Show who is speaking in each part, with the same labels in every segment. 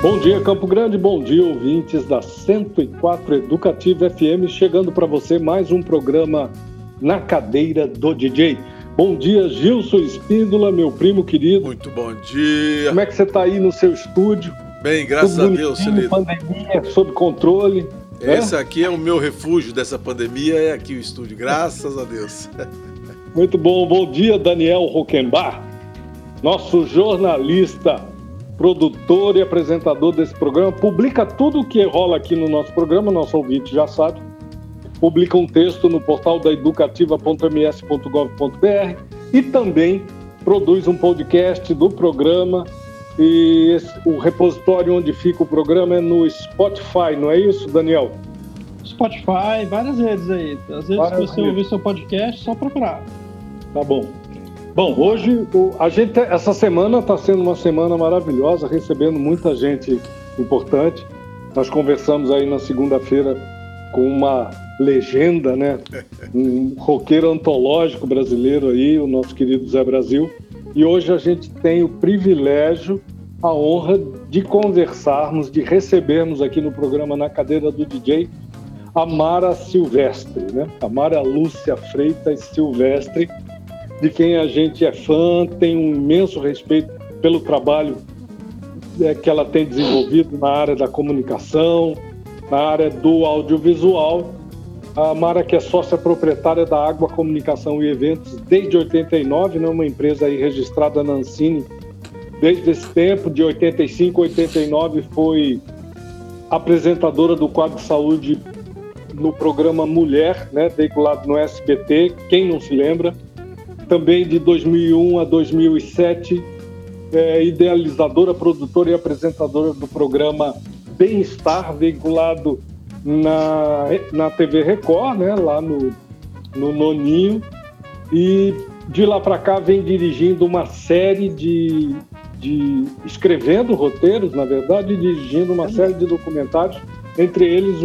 Speaker 1: Bom dia, Campo Grande, bom dia, ouvintes da 104 Educativa FM, chegando para você mais um programa Na Cadeira do DJ. Bom dia, Gilson Espíndola, meu primo querido.
Speaker 2: Muito bom dia.
Speaker 1: Como é que você está aí no seu estúdio?
Speaker 2: Bem, graças a Deus, Celito.
Speaker 1: Pandemia, sob controle.
Speaker 2: Esse aqui é o meu refúgio dessa pandemia, é aqui o estúdio, graças a Deus.
Speaker 1: Muito bom, bom dia, Daniel Rockenbach, nosso jornalista, produtor e apresentador desse programa, publica tudo o que rola aqui no nosso programa, nosso ouvinte já sabe, publica um texto no portal da educativa.ms.gov.br e também produz um podcast do programa, e o repositório onde fica o programa é no Spotify, não é isso, Daniel?
Speaker 3: Spotify, várias redes aí, às vezes se você ouvir seu podcast, é só procurar.
Speaker 1: Tá bom. Bom, hoje essa semana está sendo uma semana maravilhosa, recebendo muita gente importante. Nós conversamos aí na segunda-feira com uma legenda, né? Um roqueiro antológico brasileiro aí, o nosso querido Zé Brasil. E hoje a gente tem o privilégio, a honra de conversarmos, de recebermos aqui no programa Na Cadeira do DJ, a Mara Silvestre, né? A Mara Lúcia Freitas Silvestre, de quem a gente é fã, tem um imenso respeito pelo trabalho que ela tem desenvolvido na área da comunicação, na área do audiovisual. A Mara, que é sócia proprietária da Água Comunicação e Eventos desde 89, né, uma empresa aí registrada na Ancine. Desde esse tempo, de 85 a 89, foi apresentadora do quadro de saúde no programa Mulher, né, veiculado no SBT, quem não se lembra. Também de 2001 a 2007, idealizadora, produtora e apresentadora do programa Bem-Estar, veiculado na TV Record, né, lá no Noninho. E de lá para cá vem dirigindo uma série escrevendo roteiros, na verdade, e dirigindo uma série de documentários, entre eles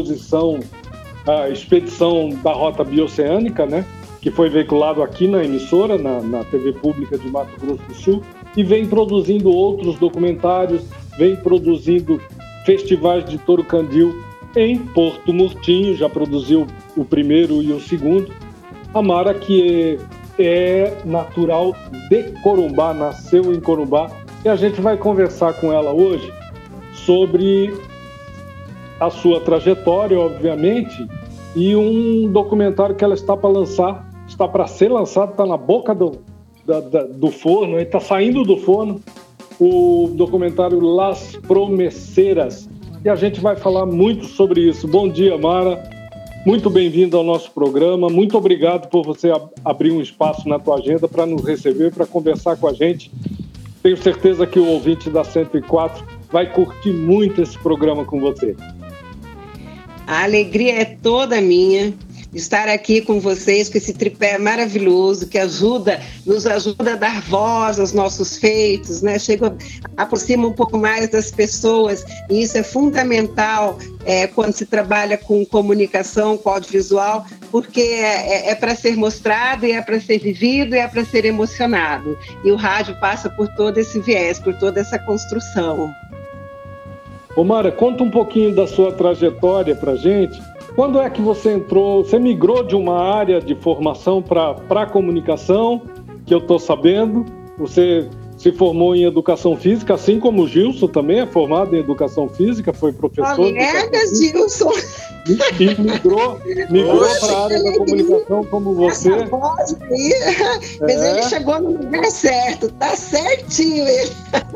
Speaker 1: a Expedição da Rota Bioceânica, né, que foi veiculado aqui na emissora, na TV Pública de Mato Grosso do Sul, e vem produzindo outros documentários, vem produzindo festivais de Touro Candil em Porto Murtinho, já produziu o primeiro e o segundo. A Mara, que é natural de Corumbá, nasceu em Corumbá, e a gente vai conversar com ela hoje sobre a sua trajetória, obviamente, e um documentário que ela está para lançar, está para ser lançado, está na boca do forno, está saindo do forno, o documentário Las Promesseras, e a gente vai falar muito sobre isso. Bom dia, Mara, muito bem-vinda ao nosso programa, muito obrigado por você abrir um espaço na tua agenda para nos receber, para conversar com a gente. Tenho certeza que o ouvinte da 104 vai curtir muito esse programa com você.
Speaker 4: A alegria é toda minha estar aqui com vocês, com esse tripé maravilhoso que nos ajuda a dar voz aos nossos feitos, né? Aproxima um pouco mais das pessoas, e isso é fundamental quando se trabalha com comunicação, com audiovisual, porque é para ser mostrado, e é para ser vivido, e é para ser emocionado. E o rádio passa por todo esse viés, por toda essa construção.
Speaker 1: Ô Mara, conta um pouquinho da sua trajetória para a gente. Quando é que você migrou de uma área de formação para a comunicação, que eu estou sabendo, você se formou em Educação Física, assim como o Gilson também é formado em Educação Física, foi professor.
Speaker 4: Colega, Gilson!
Speaker 1: E migrou para a área da comunicação como você.
Speaker 4: Mas ele chegou no lugar certo, tá certinho ele.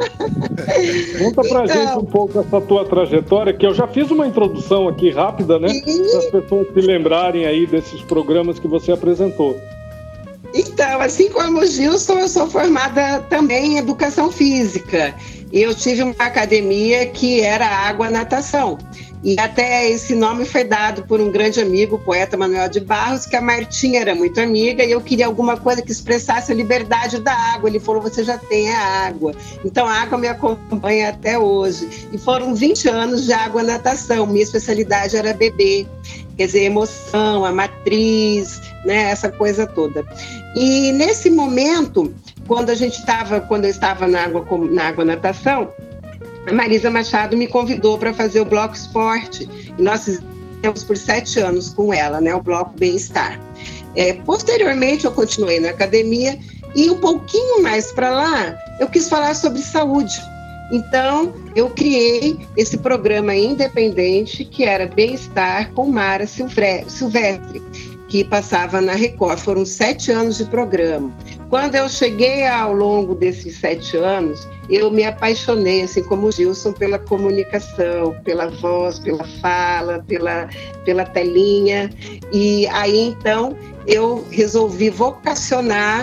Speaker 1: Conta pra gente um pouco essa tua trajetória, que eu já fiz uma introdução aqui rápida, né? Para as pessoas se lembrarem aí desses programas que você apresentou.
Speaker 4: Então, assim como o Gilson, eu sou formada também em Educação Física. Eu tive uma academia que era Água Natação. E até esse nome foi dado por um grande amigo, o poeta Manuel de Barros, que a Martinha era muito amiga, e eu queria alguma coisa que expressasse a liberdade da água. Ele falou, você já tem a água. Então a água me acompanha até hoje. E foram 20 anos de Água Natação. Minha especialidade era bebê, quer dizer, emoção, a matriz, né, essa coisa toda. E nesse momento, quando eu estava na água natação, a Marisa Machado me convidou para fazer o Bloco Esporte, e nós fizemos por 7 anos com ela, né, o Bloco Bem-Estar. Posteriormente, eu continuei na academia, e um pouquinho mais para lá, eu quis falar sobre saúde. Então, eu criei esse programa independente, que era Bem-Estar com Mara Silvestre, que passava na Record. Foram 7 anos de programa. Quando eu cheguei ao longo desses 7 anos, eu me apaixonei, assim como o Gilson, pela comunicação, pela voz, pela fala, pela telinha. E aí, então, eu resolvi vocacionar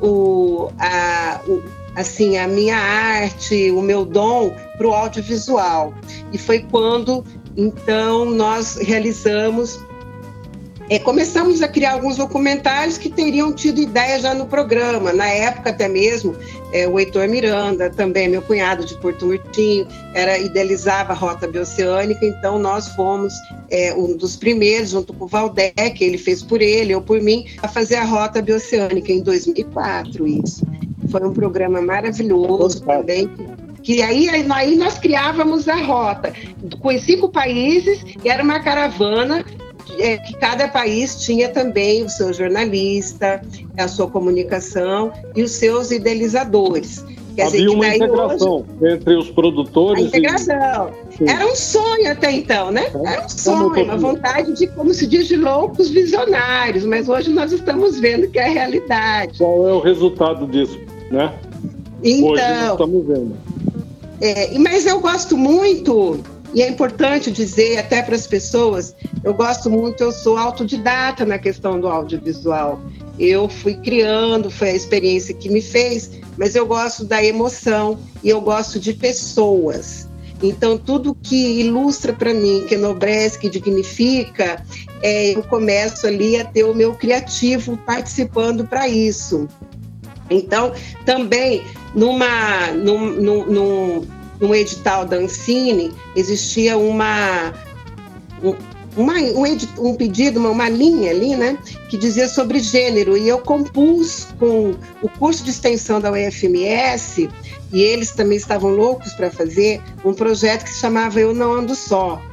Speaker 4: a minha arte, o meu dom para o audiovisual. E foi quando, então, nós começamos a criar alguns documentários que teriam tido ideia já no programa. Na época, até mesmo, o Heitor Miranda, também meu cunhado de Porto Murtinho, idealizava a Rota Bioceânica, então nós fomos um dos primeiros, junto com o Valdec, ele fez por ele, eu por mim, a fazer a Rota Bioceânica em 2004, isso. Foi um programa maravilhoso também, que aí nós criávamos a rota com 5 países, e era uma caravana que cada país tinha também o seu jornalista, a sua comunicação e os seus idealizadores.
Speaker 1: Havia uma integração entre os produtores.
Speaker 4: A integração. Era um sonho até então, né? Era um sonho, uma vontade de, como se diz, de loucos visionários, mas hoje nós estamos vendo que é a realidade.
Speaker 1: Qual é o resultado disso, né?
Speaker 4: Então,
Speaker 1: hoje nós estamos vendo.
Speaker 4: Mas eu gosto muito, e é importante dizer até para as pessoas, eu sou autodidata na questão do audiovisual. Eu fui criando, foi a experiência que me fez, mas eu gosto da emoção e eu gosto de pessoas. Então, tudo que ilustra para mim, que enobrece, que dignifica, eu começo ali a ter o meu criativo participando para isso. Então, também, num edital da Ancine, existia um pedido, uma linha ali, né, que dizia sobre gênero, e eu compus com o curso de extensão da UFMS, e eles também estavam loucos para fazer um projeto que se chamava Eu Não Ando Só,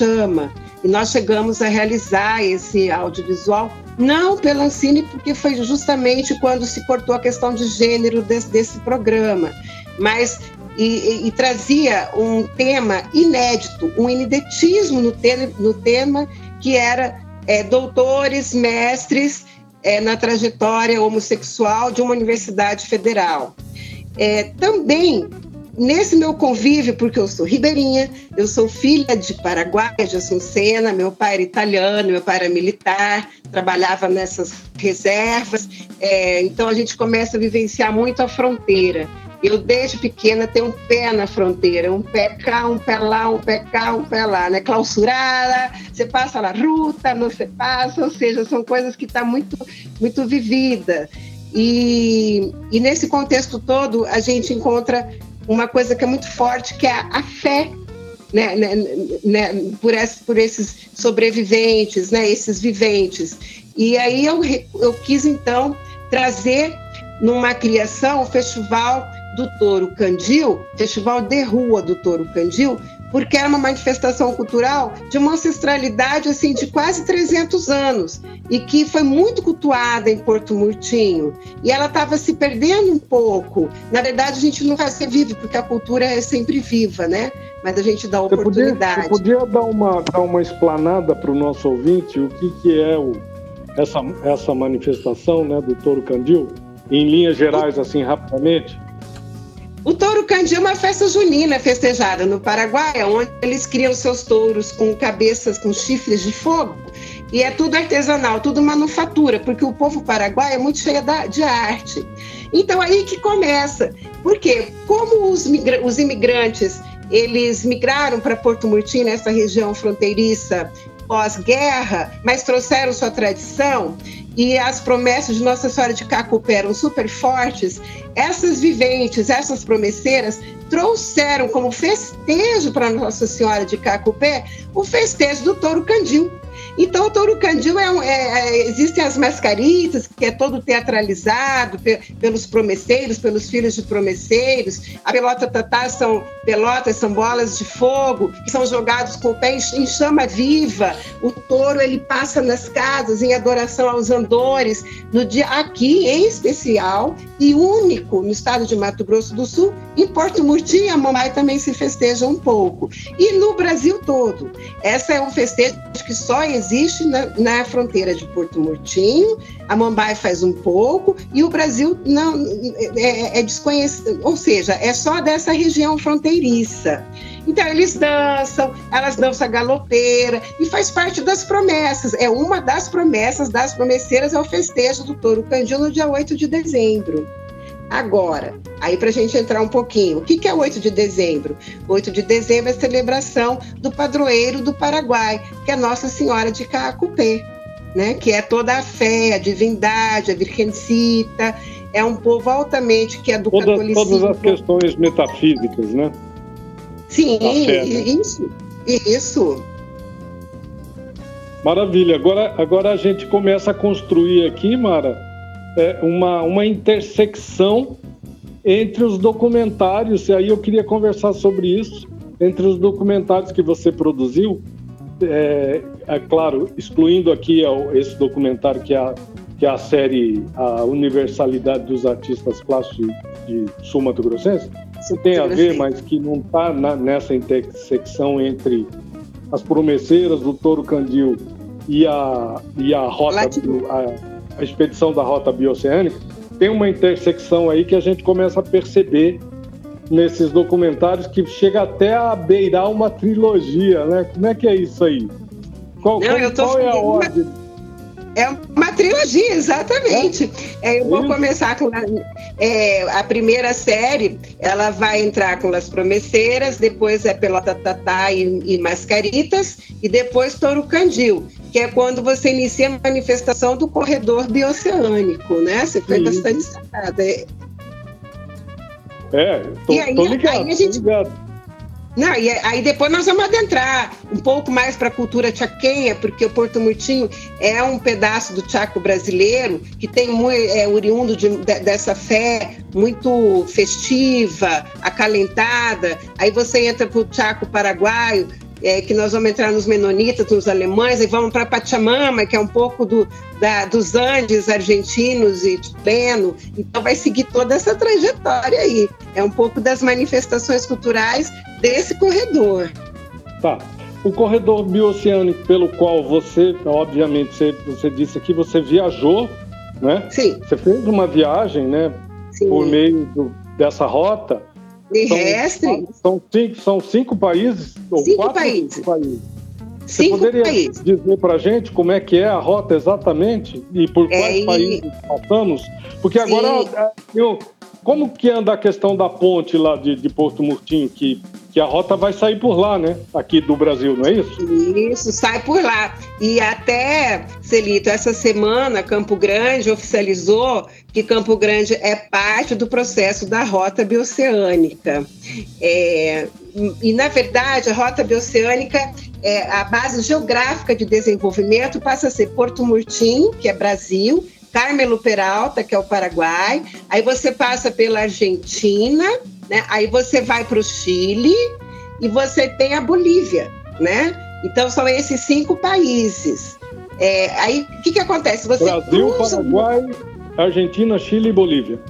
Speaker 4: e nós chegamos a realizar esse audiovisual, não pela Ancine, porque foi justamente quando se cortou a questão de gênero desse programa, mas e trazia um tema inédito, um inedetismo no tema, que era doutores, mestres na trajetória homossexual de uma universidade federal. Também, nesse meu convívio, porque eu sou ribeirinha, eu sou filha de Paraguai, de Assuncena, meu pai era italiano, meu pai era militar, trabalhava nessas reservas, então a gente começa a vivenciar muito a fronteira. Eu, desde pequena, tenho um pé na fronteira, um pé cá, um pé lá, um pé cá, um pé lá, né? Clausurada, você passa na ruta, não se passa, ou seja, são coisas que estão muito, muito vividas. E nesse contexto todo, a gente encontra uma coisa que é muito forte, que é a fé, né? Por esses sobreviventes, né? Esses viventes. E aí eu quis, então, trazer numa criação o Festival do Touro Candil, Festival de Rua do Touro Candil, porque era uma manifestação cultural de uma ancestralidade assim, de quase 300 anos, e que foi muito cultuada em Porto Murtinho, e ela estava se perdendo um pouco. Na verdade, a gente não vai ser vivo, porque a cultura é sempre viva, né? Mas a gente dá oportunidade.
Speaker 1: Você podia dar uma explanada para o nosso ouvinte, o que é essa manifestação, né, do Touro Candil? Em linhas gerais, assim, rapidamente?
Speaker 4: O Touro Candil é uma festa junina festejada no Paraguai, onde eles criam seus touros com cabeças, com chifres de fogo, e é tudo artesanal, tudo manufatura, porque o povo paraguaio é muito cheio de arte. Então, aí que começa. Por quê? Como os imigrantes, eles migraram para Porto Murtinho, nessa região fronteiriça, pós-guerra, mas trouxeram sua tradição, e as promessas de Nossa Senhora de Cacupé eram super fortes, essas viventes, essas promesseiras, trouxeram como festejo para Nossa Senhora de Cacupé o festejo do Touro Candil. Então, o Touro Candil existem as mascaritas, que é todo teatralizado pelos promesseiros, pelos filhos de promesseiros. A pelota tatá são bolas de fogo, que são jogados com o pé em chama viva. O touro, ele passa nas casas em adoração aos andores, no dia aqui, em especial, e único no estado de Mato Grosso do Sul. Em Porto Murtinho, a mamãe também se festeja um pouco. E no Brasil todo. Essa é um festejo que só existe na fronteira de Porto Murtinho. A Mambai faz um pouco e o Brasil não é desconhecido, ou seja, é só dessa região fronteiriça. Então elas dançam galopeira e faz parte das promessas. É uma das promessas das promesseiras, é o festejo do Touro Candil no dia 8 de dezembro. Agora, aí para a gente entrar um pouquinho, o que é 8 de dezembro? 8 de dezembro é a celebração do padroeiro do Paraguai, que é Nossa Senhora de Caacupé, né? Que é toda a fé, a divindade, a virgencita, é um povo altamente que é do catolicismo.
Speaker 1: Todas as questões metafísicas, né?
Speaker 4: Sim, isso.
Speaker 1: Maravilha, agora a gente começa a construir aqui, Mara, uma intersecção entre os documentários, e aí eu queria conversar sobre isso, entre os documentários que você produziu, claro, excluindo aqui esse documentário que é a série A Universalidade dos Artistas Plásticos de Sul Mato Grossense, que tem a ver, mas que não está nessa intersecção entre as promesseiras do Touro Candil e a rota, a expedição da Rota Bioceânica. Tem uma intersecção aí que a gente começa a perceber nesses documentários que chega até a beirar uma trilogia, né? Como é que é isso aí? Qual é a ordem?
Speaker 4: É uma trilogia, exatamente. Eu vou começar com a primeira série, ela vai entrar com As Promesseiras, depois é Pelota Tatá e Mascaritas, e depois Touro Candil, que é quando você inicia a manifestação do corredor bioceânico, né? Você foi bastante sacada.
Speaker 1: Tô ligado.
Speaker 4: Não, e aí depois nós vamos adentrar um pouco mais para a cultura tchaquenha, porque o Porto Murtinho é um pedaço do Chaco brasileiro que tem oriundo dessa fé muito festiva, acalentada. Aí você entra para o Chaco paraguaio, que nós vamos entrar nos menonitas, nos alemães, e vamos para Pachamama, que é um pouco dos Andes argentinos e chileno. Então vai seguir toda essa trajetória aí. É um pouco das manifestações culturais desse corredor.
Speaker 1: Tá. O corredor bioceânico pelo qual você, obviamente, você disse que você viajou, né?
Speaker 4: Sim.
Speaker 1: Você fez uma viagem, né? Sim. Por meio dessa rota.
Speaker 4: Terrestre.
Speaker 1: São 5 países? Ou
Speaker 4: 5 países.
Speaker 1: Você poderia dizer para a gente como é que é a rota exatamente? E por quais países passamos? Porque agora, como que anda a questão da ponte lá de Porto Murtinho, que a rota vai sair por lá, né? Aqui do Brasil, não é isso?
Speaker 4: Isso, sai por lá. E até, Celito, essa semana, Campo Grande oficializou que Campo Grande é parte do processo da Rota Bioceânica. E, na verdade, a Rota Bioceânica, a base geográfica de desenvolvimento passa a ser Porto Murtinho, que é Brasil, Carmelo Peralta, que é o Paraguai, aí você passa pela Argentina, né? Aí você vai para o Chile e você tem a Bolívia, né? Então são esses 5 países. Aí o que acontece? Você
Speaker 1: Brasil, Paraguai, Argentina, Chile e Bolívia.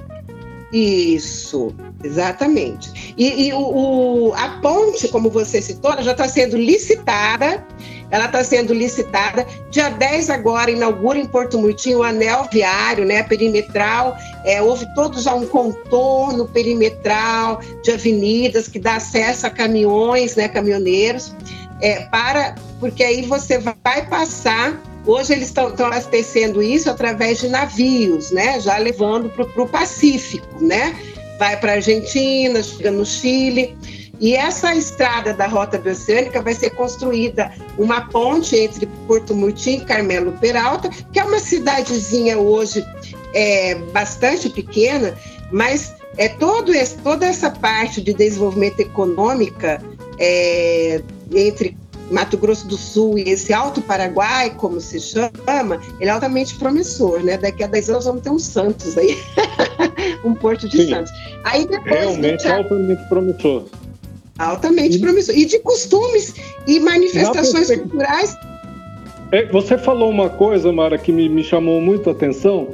Speaker 4: Isso, exatamente. E a ponte, como você citou, ela já está sendo licitada. Ela está sendo licitada. Dia 10 agora inaugura em Porto Murtinho o anel viário, né, perimetral. Houve todo já um contorno perimetral de avenidas que dá acesso a caminhões, né, caminhoneiros, porque aí você vai passar. Hoje eles estão abastecendo isso através de navios, né, já levando para o Pacífico, né? Vai para a Argentina, chega no Chile. E essa estrada da Rota Bioceânica vai ser construída uma ponte entre Porto Murtinho e Carmelo Peralta, que é uma cidadezinha hoje bastante pequena, mas toda essa parte de desenvolvimento econômica entre Mato Grosso do Sul e esse Alto Paraguai, como se chama, ele é altamente promissor, né? Daqui a 10 anos vamos ter um Santos aí, um Porto de
Speaker 1: Sim.
Speaker 4: Santos. Aí depois
Speaker 1: realmente altamente promissor.
Speaker 4: Altamente promissor. E de costumes e manifestações culturais.
Speaker 1: Você falou uma coisa, Mara, que me chamou muito a atenção,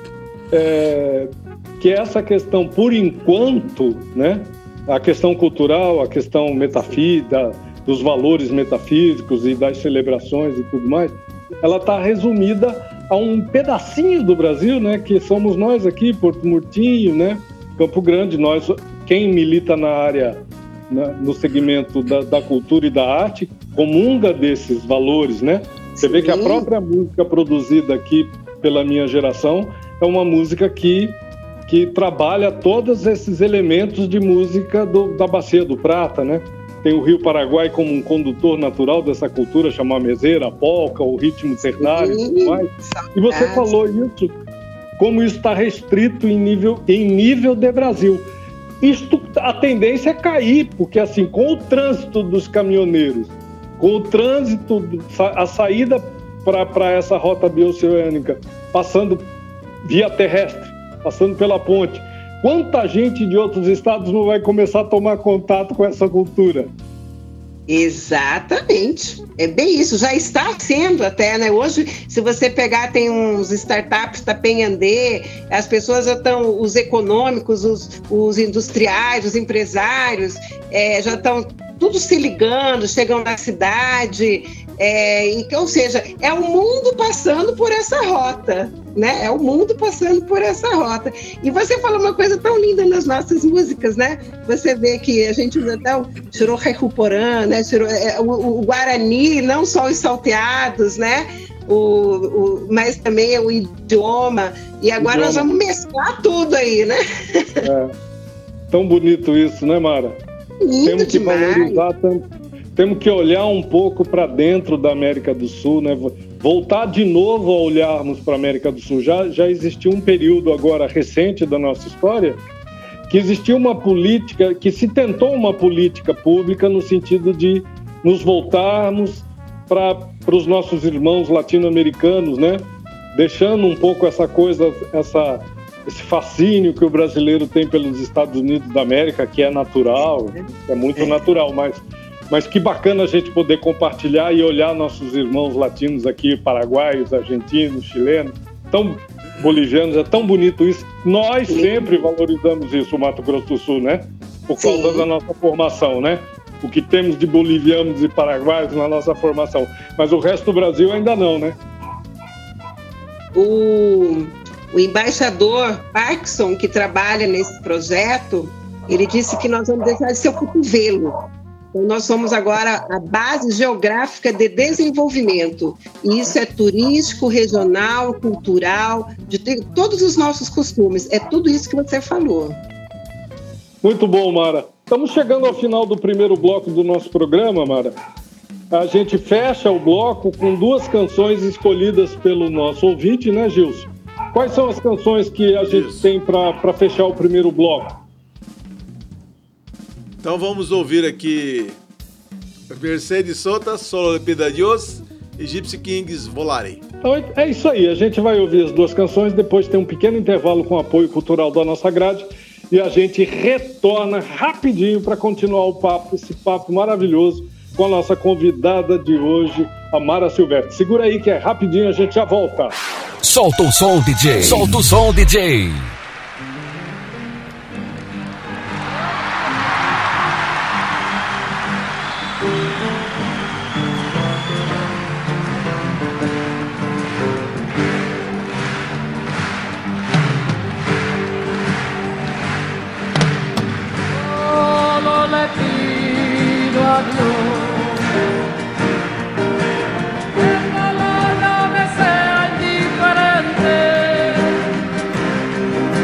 Speaker 1: que é essa questão, por enquanto, né? A questão cultural, a questão metafísica, dos valores metafísicos e das celebrações e tudo mais, ela está resumida a um pedacinho do Brasil, né? Que somos nós aqui, Porto Murtinho, né? Campo Grande. Nós, quem milita na área, no segmento da cultura e da arte, comunga desses valores, né? Você vê que a própria música produzida aqui pela minha geração é uma música que trabalha todos esses elementos de música da Bacia do Prata, né? Tem o Rio Paraguai como um condutor natural dessa cultura, chamada meseira, a polca, o ritmo ternário e tudo mais. E você falou isso, como isso está restrito em nível de Brasil. A tendência é cair, porque assim, com o trânsito dos caminhoneiros, com o trânsito, a saída para essa rota bioceânica, passando via terrestre, passando pela ponte, quanta gente de outros estados não vai começar a tomar contato com essa cultura?
Speaker 4: Exatamente, é bem isso, já está sendo até, né? Hoje, se você pegar, tem uns startups da Penhandê, as pessoas já estão, os econômicos, os industriais, os empresários, já estão tudo se ligando, chegam na cidade, ou seja, é o mundo passando por essa rota, né? É o mundo passando por essa rota. E você fala uma coisa tão linda nas nossas músicas, né? Você vê que a gente usa até o Churorrecuporã, né? O Guarani, não só os salteados, né? Mas também o idioma. E agora nós vamos mesclar tudo aí, né?
Speaker 1: Tão bonito isso, né, Mara?
Speaker 4: Lindo
Speaker 1: Temos que valorizar tanto. Temos que olhar um pouco para dentro da América do Sul, né? Voltar de novo a olharmos para a América do Sul. Já existiu um período agora recente da nossa história que existiu uma política, que se tentou uma política pública no sentido de nos voltarmos para os nossos irmãos latino-americanos, né? Deixando um pouco essa coisa, esse fascínio que o brasileiro tem pelos Estados Unidos da América, que é natural, é muito natural, mas que bacana a gente poder compartilhar e olhar nossos irmãos latinos aqui, paraguaios, argentinos, chilenos, tão bolivianos, é tão bonito isso. Nós sempre valorizamos isso, o Mato Grosso do Sul, né? Por causa da nossa formação, né? O que temos de bolivianos e paraguaios na nossa formação. Mas o resto do Brasil ainda não, né?
Speaker 4: O embaixador Parkinson, que trabalha nesse projeto, ele disse que nós vamos deixar de ser o cotovelo. Então, nós somos agora a base geográfica de desenvolvimento. E isso é turístico, regional, cultural, de todos os nossos costumes. É tudo isso que você falou.
Speaker 1: Muito bom, Mara. Estamos chegando ao final do primeiro bloco do nosso programa, Mara. A gente fecha o bloco com 2 canções escolhidas pelo nosso ouvinte, né, Gilson? Quais são as canções que a gente tem para fechar o primeiro bloco?
Speaker 2: Então vamos ouvir aqui Mercedes Sosa, Solo Le Pido a Dios e Gypsy Kings Volare.
Speaker 1: Então é isso aí, a gente vai ouvir as 2 canções, depois tem um pequeno intervalo com apoio cultural da nossa grade e a gente retorna rapidinho para continuar esse papo maravilhoso com a nossa convidada de hoje, a Mara Silvestre. Segura aí que é rapidinho, a gente já volta.
Speaker 5: Solta o som, DJ! Solta o som, DJ!
Speaker 6: Solo le pido a Dios que no me sea indiferente.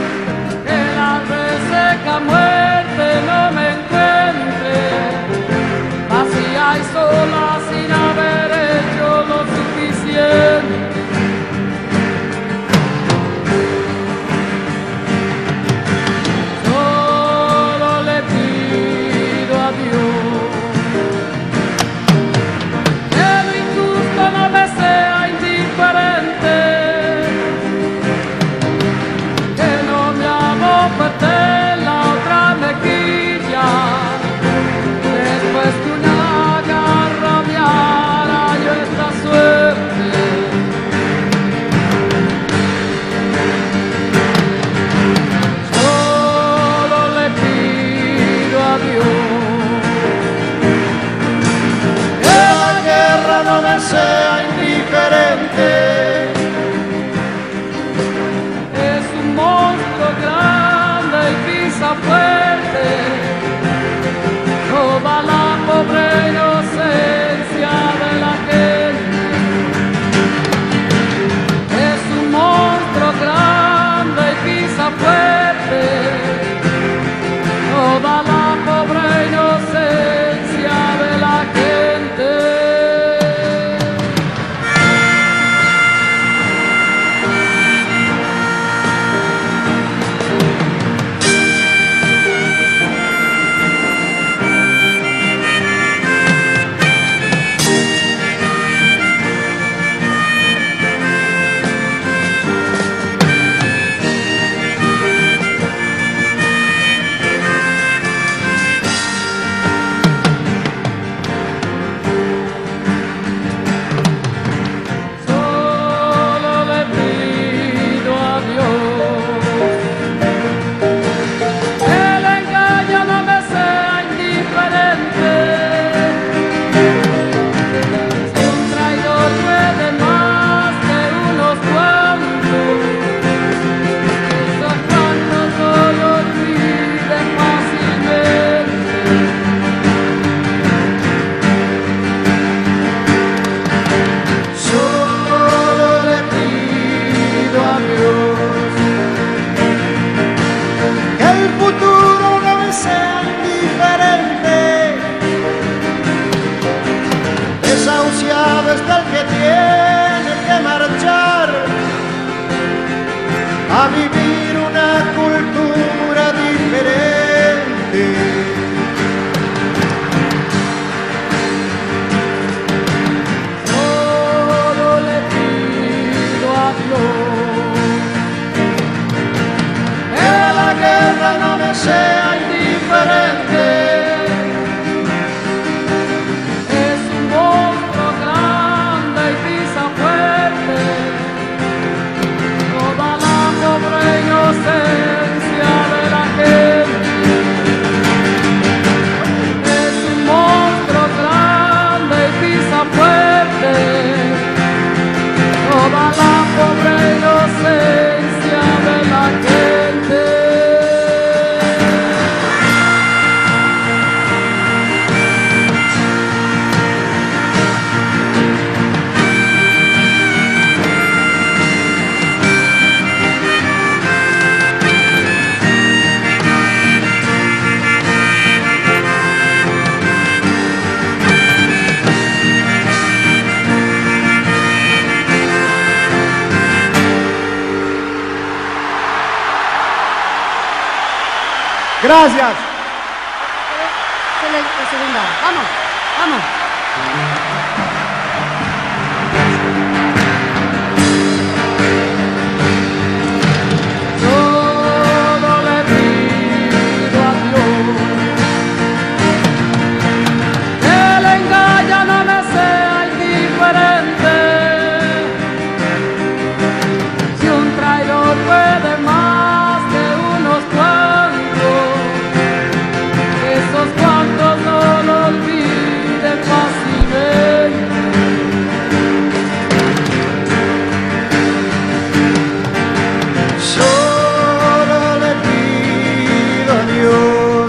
Speaker 6: fuerte, toda la pobre inocencia de la gente. Es un monstruo grande y pisa fuerte, toda la pobre inocencia de la gente.
Speaker 7: A vivir una cultura diferente.
Speaker 6: Solo le pido a Dios
Speaker 7: que la guerra no me sea indiferente.
Speaker 6: Es un monstruo grande y pisa fuerte, toda la pobre inocencia de la gente. Es un monstruo grande y pisa fuerte, toda la pobre inocencia de la gente.
Speaker 7: Gracias.
Speaker 8: Segunda. Vamos, vamos.
Speaker 6: Solo le pido a Dios que el engaño no me sea indiferente. Si un traidor puede más que unos cuantos, esos cuantos no lo olviden fácilmente.
Speaker 7: Solo le pido a Dios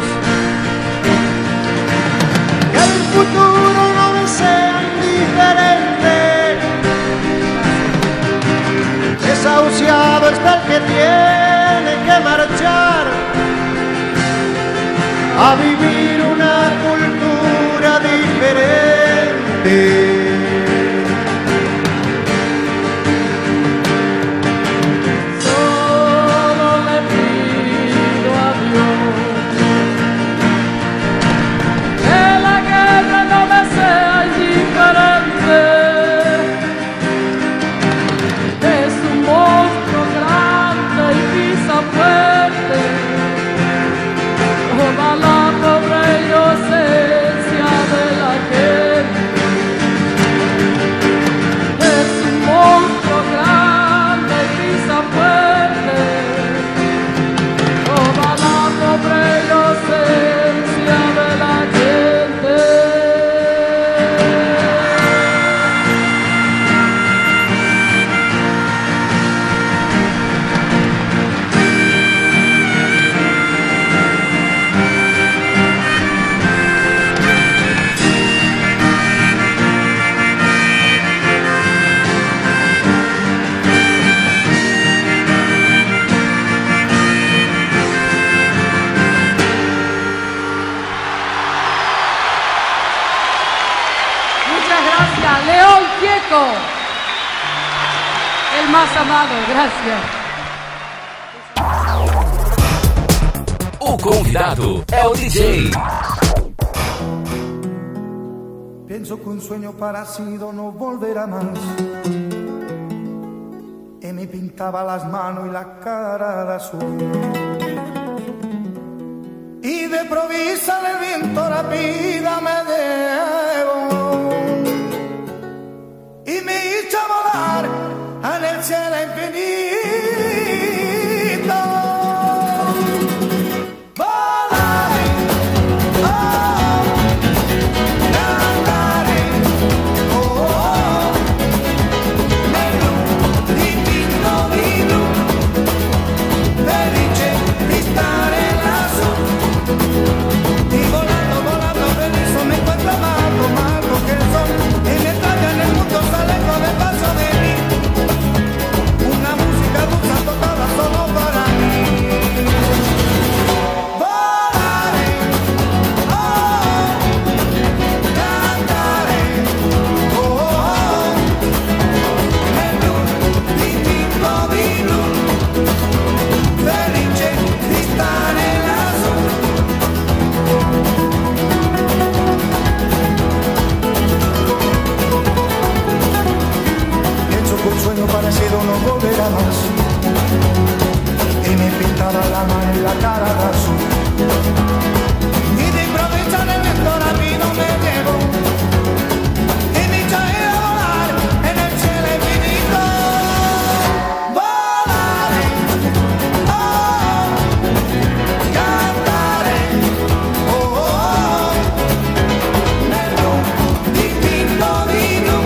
Speaker 7: que el futuro no me sea indiferente. Desahuciado está el que tiene que marchar a vivir una cultura diferente.
Speaker 6: Solo le pido a Dios que la guerra no me sea indiferente. Es un monstruo grande y pisa fuerte, toda la pobre inocencia de la gente. México. El más amado, gracias.
Speaker 5: O convidado é o DJ.
Speaker 7: Pienso que un sueño parecido no volverá más. Y me pintaba las manos y la cara de azul. Y de provisa el viento rápida me llevó. Y me hizo volar en el cielo infinito. Parecido no volverá más. Y me pintaba la mano y la cara de azul. Y de improviso en el viento rápido me llevo. Y me eché a volar en el cielo infinito. Volaré, oh, cantaré, oh, oh, nel dipinto di blu.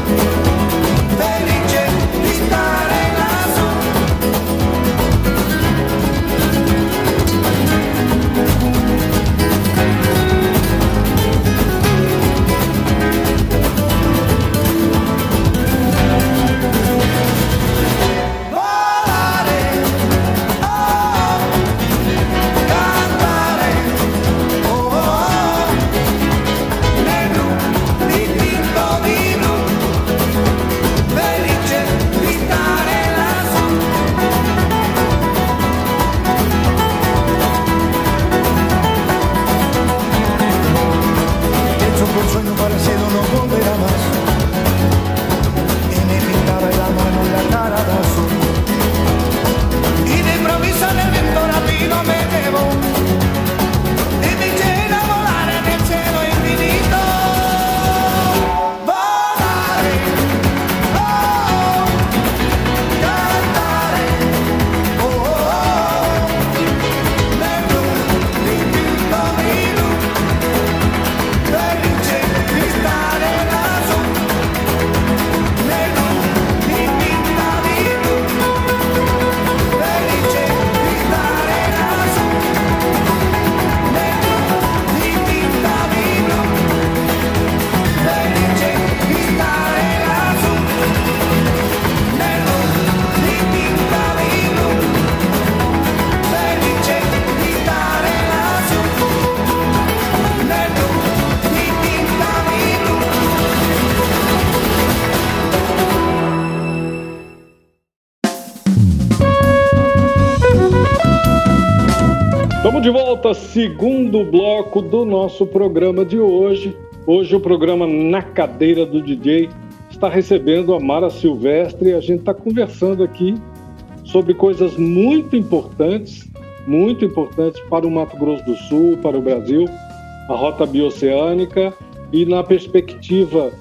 Speaker 1: Estamos de volta, segundo bloco do nosso programa de hoje. Hoje o programa Na Cadeira do DJ está recebendo a Mara Silvestre e a gente está conversando aqui sobre coisas muito importantes para o Mato Grosso do Sul, para o Brasil, a rota bioceânica e na perspectiva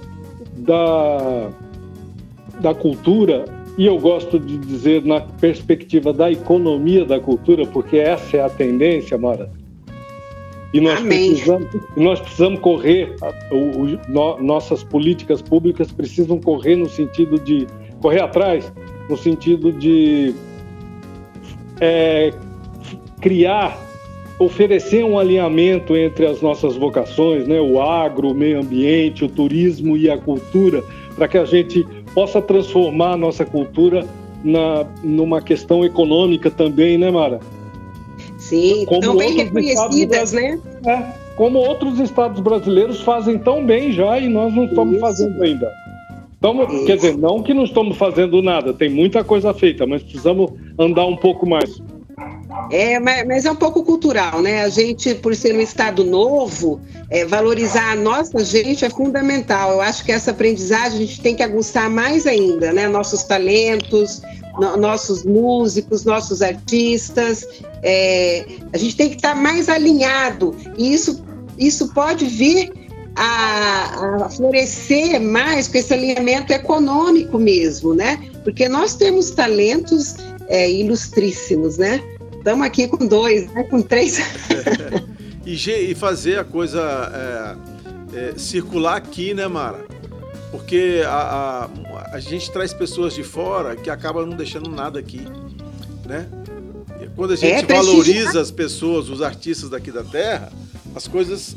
Speaker 1: da cultura. E eu gosto de dizer na perspectiva da economia da cultura, porque essa é a tendência, Mara. E nós precisamos correr, nossas políticas públicas precisam correr no sentido de correr atrás, no sentido de criar, oferecer um alinhamento entre as nossas vocações, né? O agro, o meio ambiente, o turismo e a cultura, para que a gente possa transformar a nossa cultura numa questão econômica também, né, Mara?
Speaker 4: Sim, tão bem reconhecidas, né?
Speaker 1: Como outros estados brasileiros fazem tão bem já e nós não estamos fazendo ainda. Então, quer dizer, não que não estamos fazendo nada, tem muita coisa feita, mas precisamos andar um pouco mais.
Speaker 4: Mas é um pouco cultural, né? A gente, por ser um estado novo, valorizar a nossa gente é fundamental. Eu acho que essa aprendizagem a gente tem que aguçar mais ainda, né? Nossos talentos, nossos músicos, nossos artistas. A gente tem que estar mais alinhado. E isso pode vir a florescer mais com esse alinhamento econômico mesmo, né? Porque nós temos talentos ilustríssimos, né? Estamos aqui com 2, né? Com 3.
Speaker 2: E fazer a coisa circular aqui, né, Mara? Porque a gente traz pessoas de fora que acabam não deixando nada aqui, né? E quando a gente valoriza as pessoas, os artistas daqui da terra, as coisas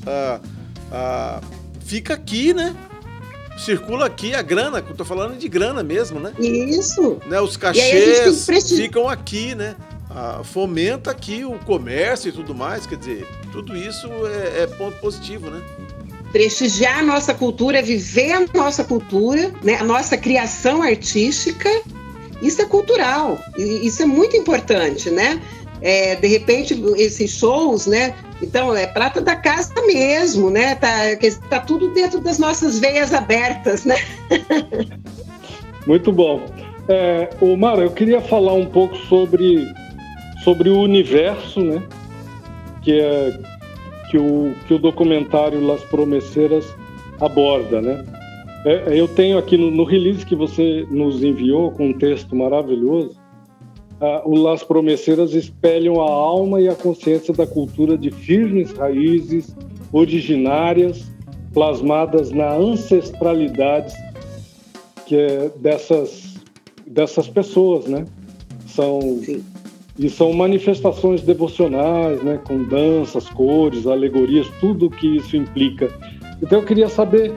Speaker 2: fica aqui, né? Circula aqui a grana, que eu tô falando de grana mesmo, né?
Speaker 4: Isso.
Speaker 2: Né? Os cachês ficam aqui, né? Fomenta aqui o comércio e tudo mais, quer dizer, tudo isso é ponto positivo, né?
Speaker 4: Prestigiar a nossa cultura, viver a nossa cultura, né? A nossa criação artística, isso é cultural, isso é muito importante, né? De repente, esses shows, né? Então, é prata da casa mesmo, né? Tá tudo dentro das nossas veias abertas, né?
Speaker 1: Muito bom. Mara, eu queria falar um pouco sobre o universo, né? Que o documentário Las Promesseras aborda, né? Eu tenho aqui no release que você nos enviou, com um texto maravilhoso, o Las Promesseras espelham a alma e a consciência da cultura de firmes raízes originárias, plasmadas na ancestralidade que é dessas pessoas, né? São manifestações devocionais, né? Com danças, cores, alegorias, tudo que isso implica. Então eu queria saber,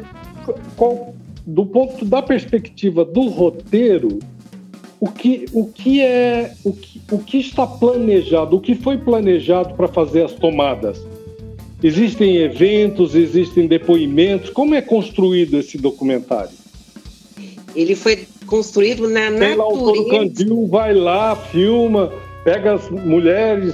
Speaker 1: da perspectiva do roteiro, o que está planejado, o que foi planejado para fazer as tomadas? Existem eventos, existem depoimentos? Como é construído esse documentário?
Speaker 4: Ele foi construído na natureza.
Speaker 1: Tem lá o Toro Candil, vai lá, filma, pega as mulheres,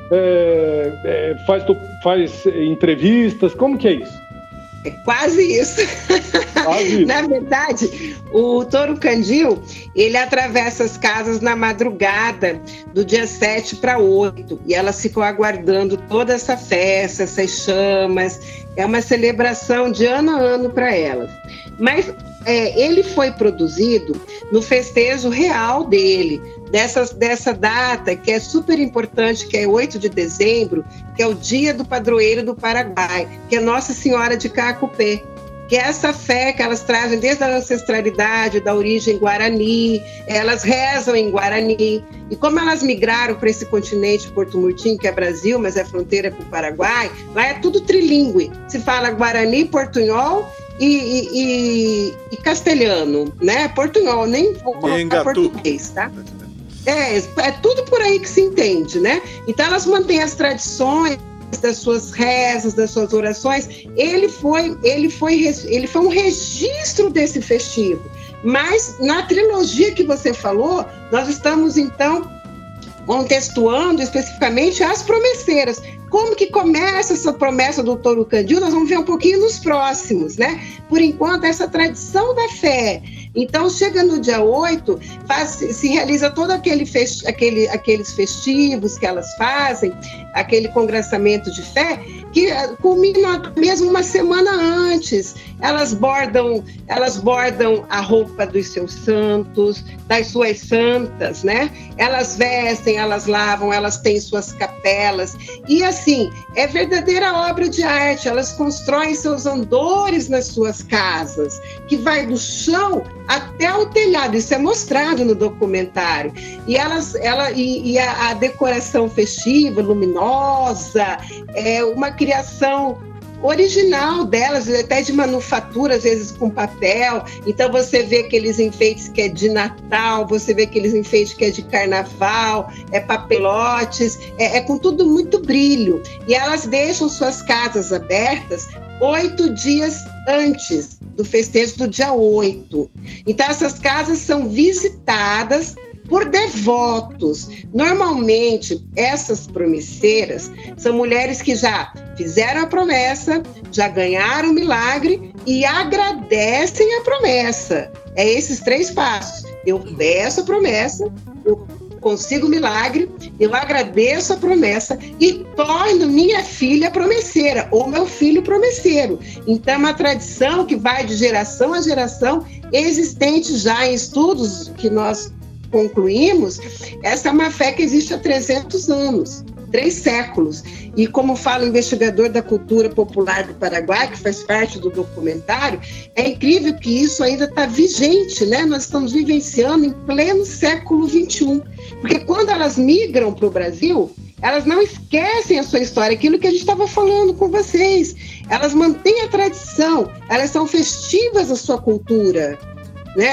Speaker 1: faz entrevistas, como que é isso?
Speaker 4: É quase isso. Na verdade, o Toro Candil, ele atravessa as casas na madrugada do dia 7 para 8, e elas ficam aguardando toda essa festa, essas chamas. É uma celebração de ano a ano para elas. Mas ele foi produzido no festejo real dele, dessa data que é super importante, que é 8 de dezembro, que é o dia do padroeiro do Paraguai, que é Nossa Senhora de Cacupé, que é essa fé que elas trazem desde a ancestralidade, da origem guarani, elas rezam em guarani, e como elas migraram para esse continente Porto Murtinho, que é Brasil, mas é fronteira com o Paraguai, lá é tudo trilingüe, se fala guarani, portunhol e castelhano, né? Portunhol, nem vou colocar português, tá? É tudo por aí que se entende, né? Então elas mantêm as tradições das suas rezas, das suas orações. Ele foi um registro desse festivo. Mas na trilogia que você falou, nós estamos então contextuando especificamente as promesseiras. Como que começa essa promessa do Toro Candil? Nós vamos ver um pouquinho nos próximos, né? Por enquanto, essa tradição da fé. Então, chega no dia 8, se realiza todo aqueles festivos que elas fazem, aquele congressamento de fé, que culmina mesmo uma semana antes. Elas bordam a roupa dos seus santos, das suas santas, né? Elas vestem, elas lavam, elas têm suas capelas. E assim, é verdadeira obra de arte. Elas constroem seus andores nas suas casas, que vai do chão até o telhado. Isso é mostrado no documentário. E a decoração festiva, luminosa, é uma criação original delas, até de manufatura, às vezes com papel. Então você vê aqueles enfeites que é de Natal, você vê aqueles enfeites que é de Carnaval, é papelotes, é com tudo muito brilho. E elas deixam suas casas abertas 8 dias antes do festejo do dia 8. Então essas casas são visitadas por devotos. Normalmente, essas promisseiras são mulheres que já fizeram a promessa, já ganharam o milagre e agradecem a promessa. É esses 3 passos. Eu peço a promessa, eu consigo o milagre, eu agradeço a promessa e torno minha filha promesseira ou meu filho promesseiro. Então, é uma tradição que vai de geração a geração, existente já em estudos que nós concluímos. Essa é uma fé que existe há 300 anos, 3 séculos. E como fala o investigador da cultura popular do Paraguai, que faz parte do documentário, é incrível que isso ainda está vigente, né? Nós estamos vivenciando em pleno século XXI. Porque quando elas migram para o Brasil, elas não esquecem a sua história, aquilo que a gente estava falando com vocês. Elas mantêm a tradição, elas são festivas da sua cultura. Né?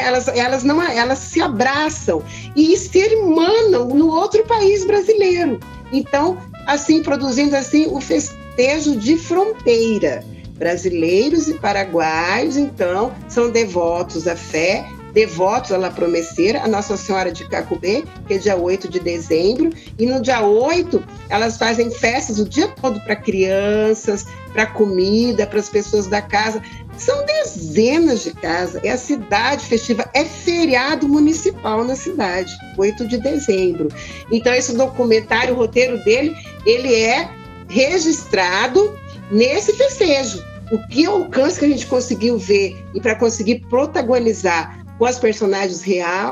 Speaker 4: Elas se abraçam e se irmanam no outro país brasileiro. Então, assim, produzindo assim o festejo de fronteira. Brasileiros e paraguaios, então, são devotos à fé, devotos à La Promesseira, a Nossa Senhora de Cacubê, que é dia 8 de dezembro, e no dia 8 elas fazem festas o dia todo para crianças, para comida, para as pessoas da casa. São dezenas de casas, é a cidade festiva, é feriado municipal na cidade, 8 de dezembro. Então esse documentário, o roteiro dele, ele é registrado nesse festejo. O que alcance que a gente conseguiu ver e para conseguir protagonizar com as personagens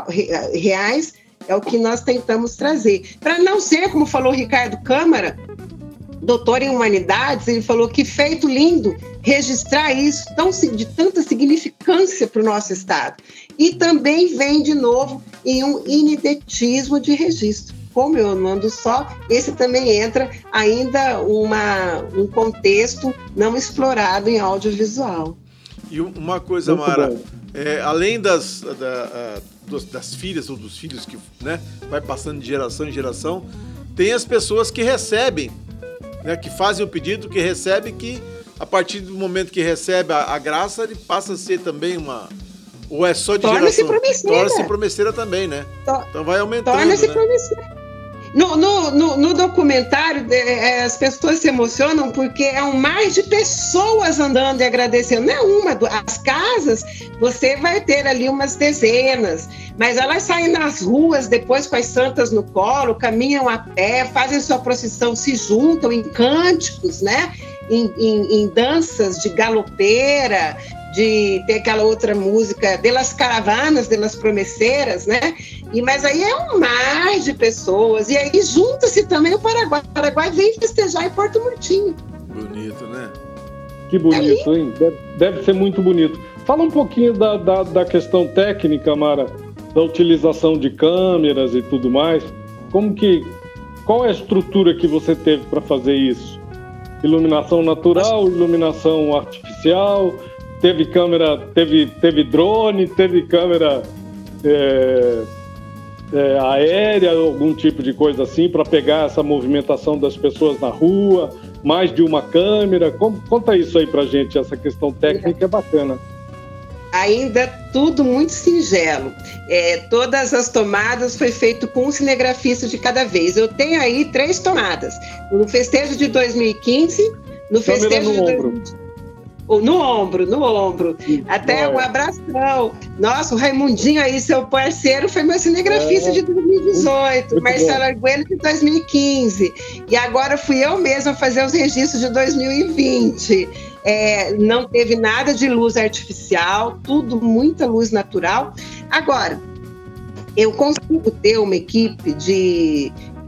Speaker 4: reais é o que nós tentamos trazer. Para não ser, como falou o Ricardo Câmara, doutor em humanidades, ele falou que feito lindo registrar isso de tanta significância para o nosso Estado. E também vem de novo em um ineditismo de registro. Como eu não ando só, esse também entra ainda um contexto não explorado em audiovisual.
Speaker 2: E uma coisa, Mara, além das filhas ou dos filhos que, né, vai passando de geração em geração, tem as pessoas que recebem, né, que fazem o pedido, que recebem, que a partir do momento que recebe a graça, ele passa a ser também uma... Ou é só de
Speaker 4: Torna-se
Speaker 2: geração?
Speaker 4: promesseira.
Speaker 2: Torna-se promesseira também, né? Então vai aumentando,
Speaker 4: Torna-se
Speaker 2: né?
Speaker 4: promesseira. No documentário, as pessoas se emocionam porque é um mar de pessoas andando e agradecendo. Não é uma, as casas, você vai ter ali umas dezenas, mas elas saem nas ruas depois com as santas no colo, caminham a pé, fazem sua procissão, se juntam em cânticos, né? Em danças de galopeira, de ter aquela outra música, de las caravanas, de las promesseras, né? Mas aí é um mar de pessoas, e aí junta-se também o Paraguai. O Paraguai vem festejar em Porto Murtinho.
Speaker 2: Bonito, né?
Speaker 1: Que bonito, hein? Deve ser muito bonito. Fala um pouquinho da questão técnica, Mara, da utilização de câmeras e tudo mais. Qual é a estrutura que você teve para fazer isso? Iluminação natural, iluminação artificial, teve câmera, teve drone, teve câmera aérea, algum tipo de coisa assim, para pegar essa movimentação das pessoas na rua, mais de uma câmera. Conta isso aí pra gente, essa questão técnica é bacana.
Speaker 4: Ainda tudo muito singelo. Todas as tomadas foi feito com um cinegrafista de cada vez. Eu tenho aí 3 tomadas. No festejo de 2015, no festejo de 2015. No ombro. Até um abração. Nossa, o Raimundinho aí, seu parceiro, foi meu cinegrafista de 2018, Marcelo Arguello de 2015. E agora fui eu mesma fazer os registros de 2020. Não teve nada de luz artificial, tudo muita luz natural. Agora, eu consigo ter uma equipe de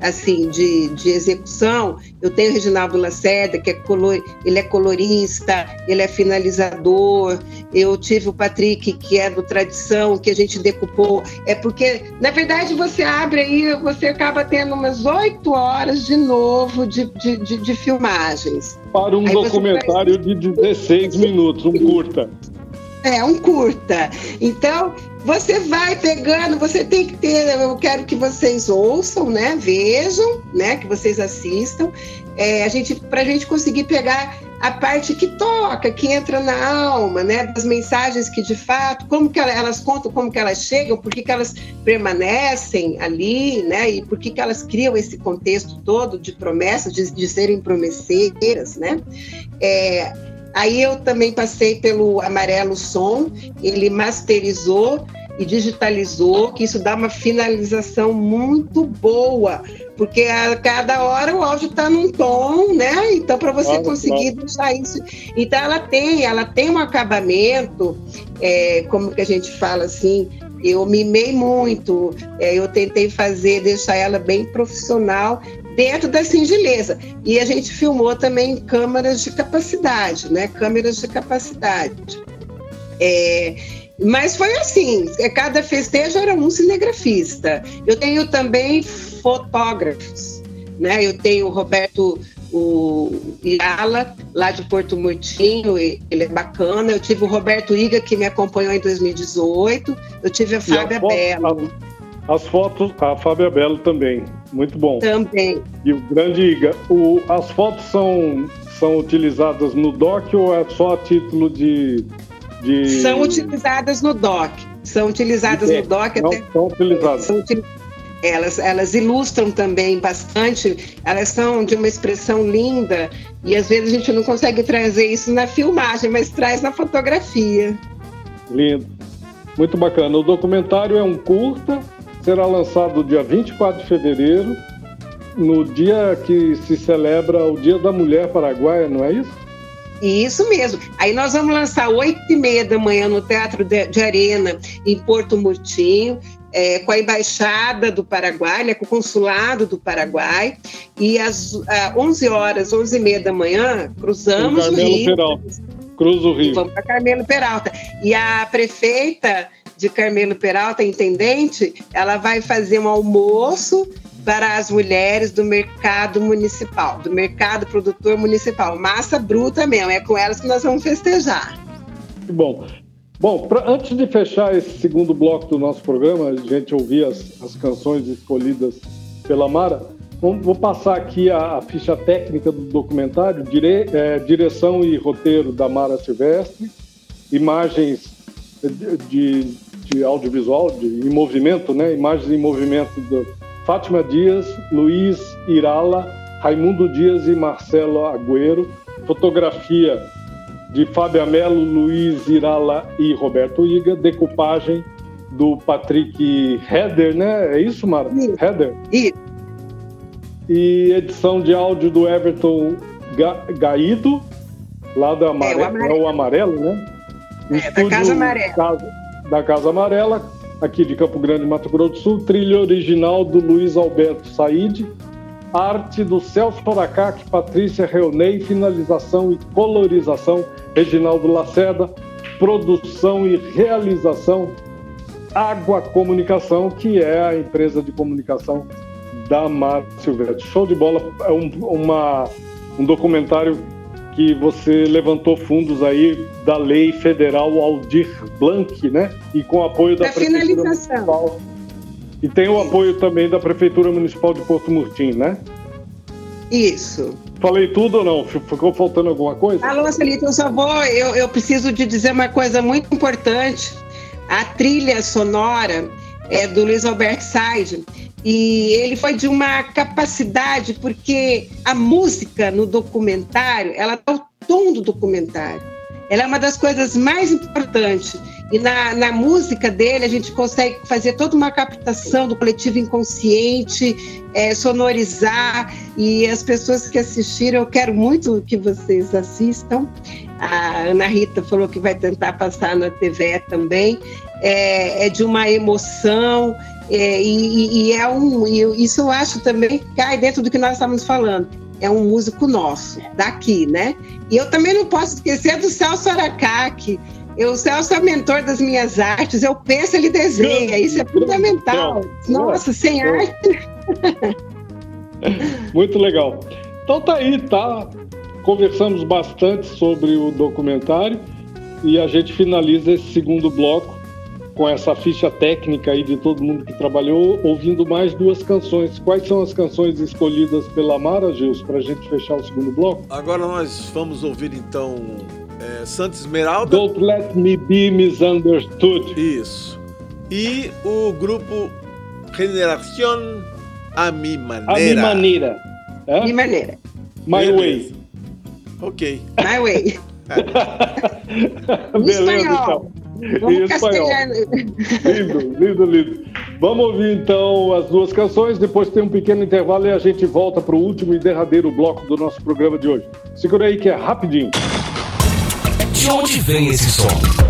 Speaker 4: assim, de execução, eu tenho o Reginaldo Lacerda, que ele é colorista, ele é finalizador, eu tive o Patrick, que é do Tradição, que a gente decupou, porque, na verdade, você abre aí, você acaba tendo umas 8 horas de novo de filmagens.
Speaker 1: Para um documentário de 16 minutos, um curta.
Speaker 4: Um curta. Então, você vai pegando, você tem que ter, eu quero que vocês ouçam, né, vejam, né, que vocês assistam, pra gente conseguir pegar a parte que toca, que entra na alma, né, das mensagens que de fato, como que elas contam, como que elas chegam, por que elas permanecem ali, né, e por que elas criam esse contexto todo de promessas, de serem promesseiras, né. Aí eu também passei pelo Amarelo Som, ele masterizou e digitalizou, que isso dá uma finalização muito boa, porque a cada hora o áudio está num tom, né? Então, para você conseguir deixar isso... Então, ela tem um acabamento, como que a gente fala assim, eu mimei muito, eu tentei deixar ela bem profissional, dentro da singeleza. E a gente filmou também câmeras de capacidade, né? Câmeras de capacidade. Mas foi assim, cada festejo era um cinegrafista. Eu tenho também fotógrafos, né? Eu tenho o Roberto Irala, lá de Porto Murtinho, ele é bacana. Eu tive o Roberto Iga, que me acompanhou em 2018. Eu tive a Fábia Belo.
Speaker 1: As fotos, a Fábia Belo também, muito bom.
Speaker 4: Também.
Speaker 1: E o grande Iga, as fotos são utilizadas no doc ou é só a título de...
Speaker 4: São utilizadas no doc. São utilizadas no doc.
Speaker 1: São utilizadas.
Speaker 4: Elas ilustram também bastante, elas são de uma expressão linda e às vezes a gente não consegue trazer isso na filmagem, mas traz na fotografia.
Speaker 1: Lindo. Muito bacana. O documentário é um curta, será lançado dia 24 de fevereiro, no dia que se celebra o Dia da Mulher Paraguaia, não é isso?
Speaker 4: Isso mesmo. Aí nós vamos lançar 8h30 da manhã no Teatro de Arena, em Porto Murtinho, com a Embaixada do Paraguai, né, com o Consulado do Paraguai, e às 11h30 da manhã, cruzamos o Rio.
Speaker 1: Cruza o Rio.
Speaker 4: E vamos para Carmelo Peralta. E a prefeita de Carmelo Peralta, a intendente, ela vai fazer um almoço para as mulheres do mercado municipal, do mercado produtor municipal. Massa bruta mesmo, é com elas que nós vamos festejar.
Speaker 1: Que bom. Bom, antes de fechar esse segundo bloco do nosso programa, a gente ouvir as canções escolhidas pela Mara, vou passar aqui a ficha técnica do documentário, direção e roteiro da Mara Silvestre, imagens de audiovisual, em movimento, né? Imagens em movimento do Fátima Dias, Luiz Irala, Raimundo Dias e Marcelo Agüero, fotografia de Fábia Mello, Luiz Irala e Roberto Iga, decupagem do Patrick Heder, né? É isso, Mara? Heder?
Speaker 4: Isso.
Speaker 1: E edição de áudio do Everton Gaído, lá da o Amarelo, né?
Speaker 4: Da Casa Amarela.
Speaker 1: Da Casa Amarela, aqui de Campo Grande, Mato Grosso do Sul. Trilha original do Luiz Alberto Said. Arte do Celso Foracac, Patrícia Reonei. Finalização e colorização, Reginaldo Lacerda. Produção e realização, Água Comunicação, que é a empresa de comunicação da Mara Silvestre. Show de bola. É um documentário que você levantou fundos aí da Lei Federal Aldir Blanc, né? E com apoio da Prefeitura Municipal. E tem o apoio também da Prefeitura Municipal de Porto Murtinho, né?
Speaker 4: Isso.
Speaker 1: Falei tudo ou não? Ficou faltando alguma coisa?
Speaker 4: Alô, Celito, eu preciso de dizer uma coisa muito importante. A trilha sonora é do Luiz Alberto Said. E ele foi de uma capacidade, porque a música no documentário, ela dá o tom do documentário. Ela é uma das coisas mais importantes. E na música dele, a gente consegue fazer toda uma captação do coletivo inconsciente, sonorizar. E as pessoas que assistiram, eu quero muito que vocês assistam. A Ana Rita falou que vai tentar passar na TV também. É de uma emoção, E isso eu acho também que cai dentro do que nós estamos falando. É um músico nosso, daqui, né? E eu também não posso esquecer do Celso Aracaki. O Celso é mentor das minhas artes, eu penso, ele desenha, isso é fundamental. Nossa, sem arte...
Speaker 1: Muito legal. Então tá aí, tá? Conversamos bastante sobre o documentário e a gente finaliza esse segundo bloco com essa ficha técnica aí de todo mundo que trabalhou, ouvindo mais 2 canções. Quais são as canções escolhidas pela Mara, Gilson, para a gente fechar o segundo bloco?
Speaker 2: Agora nós vamos ouvir então Santa Esmeralda.
Speaker 1: Don't Let Me Be Misunderstood.
Speaker 2: Isso. E o grupo Generación A Mi Manera.
Speaker 1: A Mi Maneira.
Speaker 4: É? Mi Maneira.
Speaker 1: My Way.
Speaker 2: Ok.
Speaker 4: My Way.
Speaker 1: Beleza, então. Em espanhol. Lindo. Vamos ouvir então as 2 canções, depois tem um pequeno intervalo e a gente volta para o último e derradeiro bloco do nosso programa de hoje. Segura aí que é rapidinho.
Speaker 5: De onde vem esse som?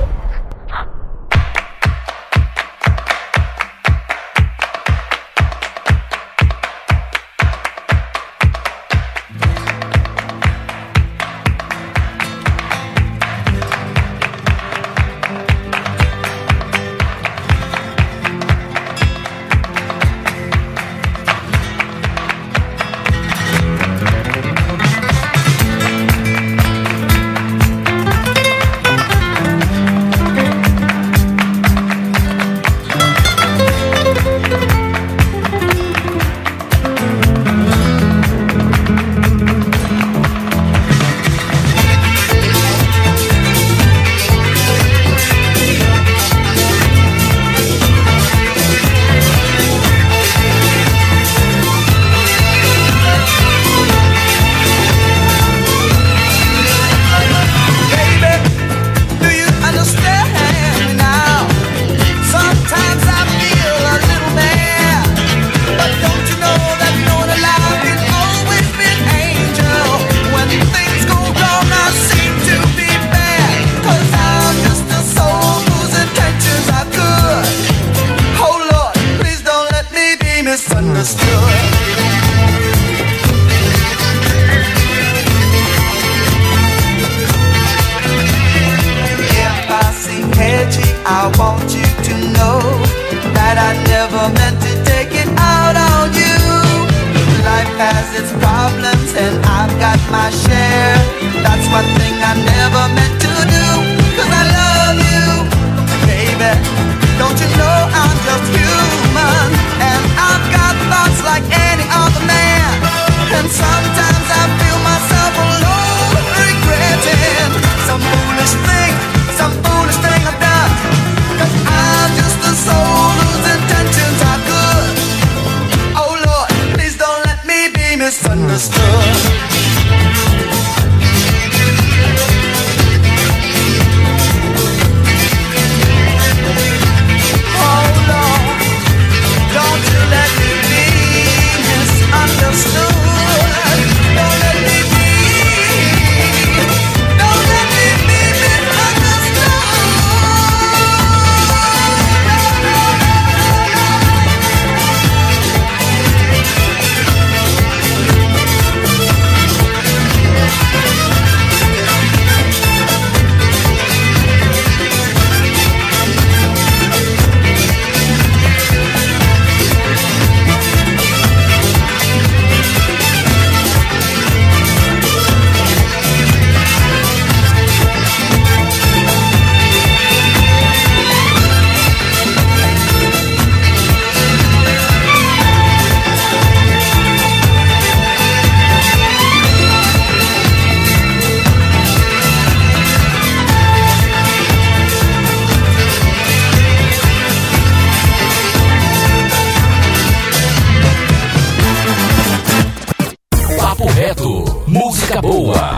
Speaker 5: Música boa.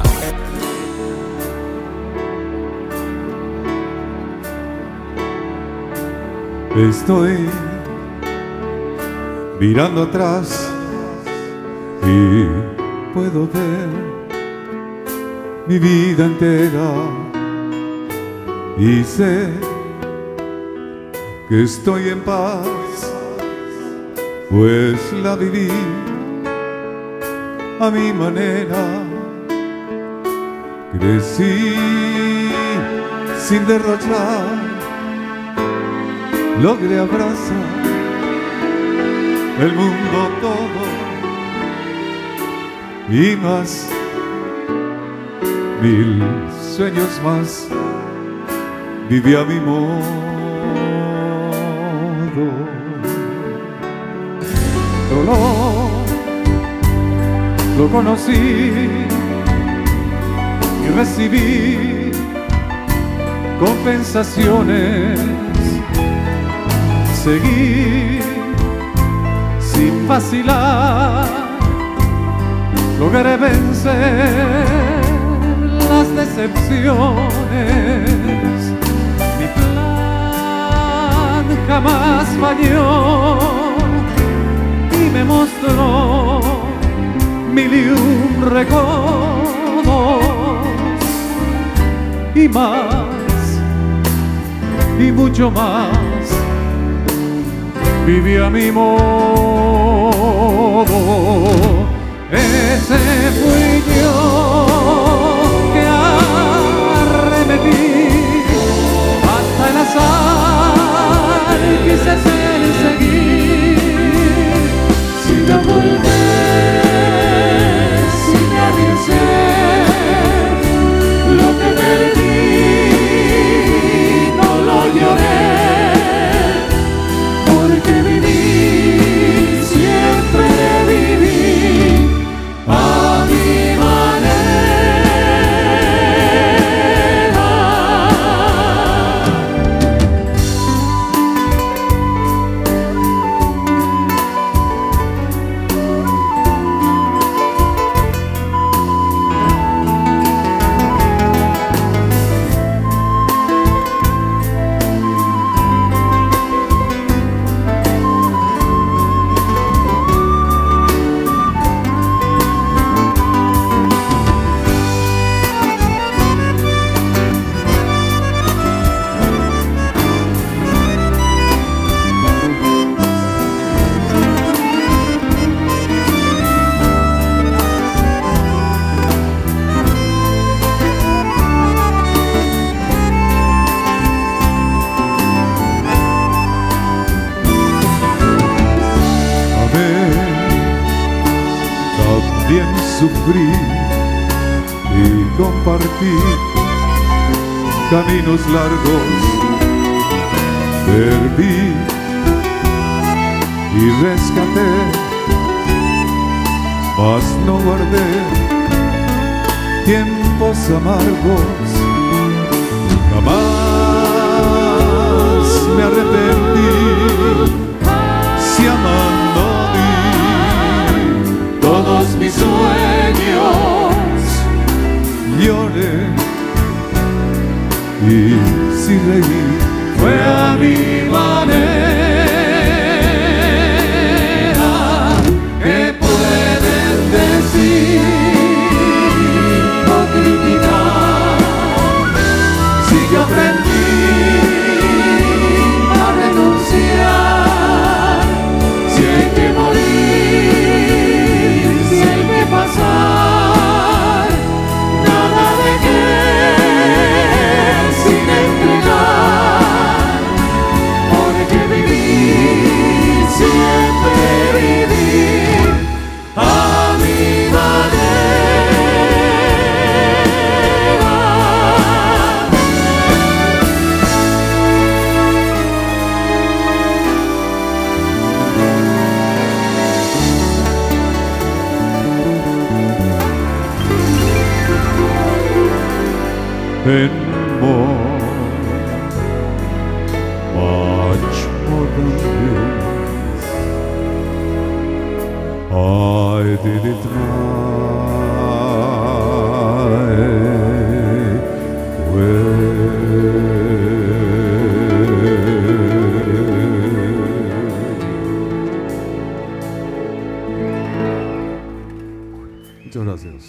Speaker 9: Estoy mirando atrás y puedo ver mi vida entera y sé que estoy en paz pues la viví a mi manera. Crecí sin derrochar, logré abrazar el mundo todo y más, 1000 sueños más, viví a mi modo. Dolor lo conocí y recibí compensaciones. Seguí sin vacilar, logré vencer las decepciones. Mi plan jamás falló y me mostró 1001 recodos y más y mucho más. Viví a mi modo. Ese fui yo que arremetí hasta el azar, quise ser y seguir sin devolver, sin arriesgar lo que perdí, no lo lloré. Sufrí y compartí caminos largos, perdí y rescaté, mas no guardé tiempos amargos. Jamás me arrepentí si amando todos mis sueños, lloré y si reí fue a mi manera. ¿Qué pueden decir o criticar si yo aprendí a renunciar? Si hay que morir, pasar, nada de que sin entregar, porque viví, siempre viví a mi and more, much more than this. I did it my way. Muchas gracias.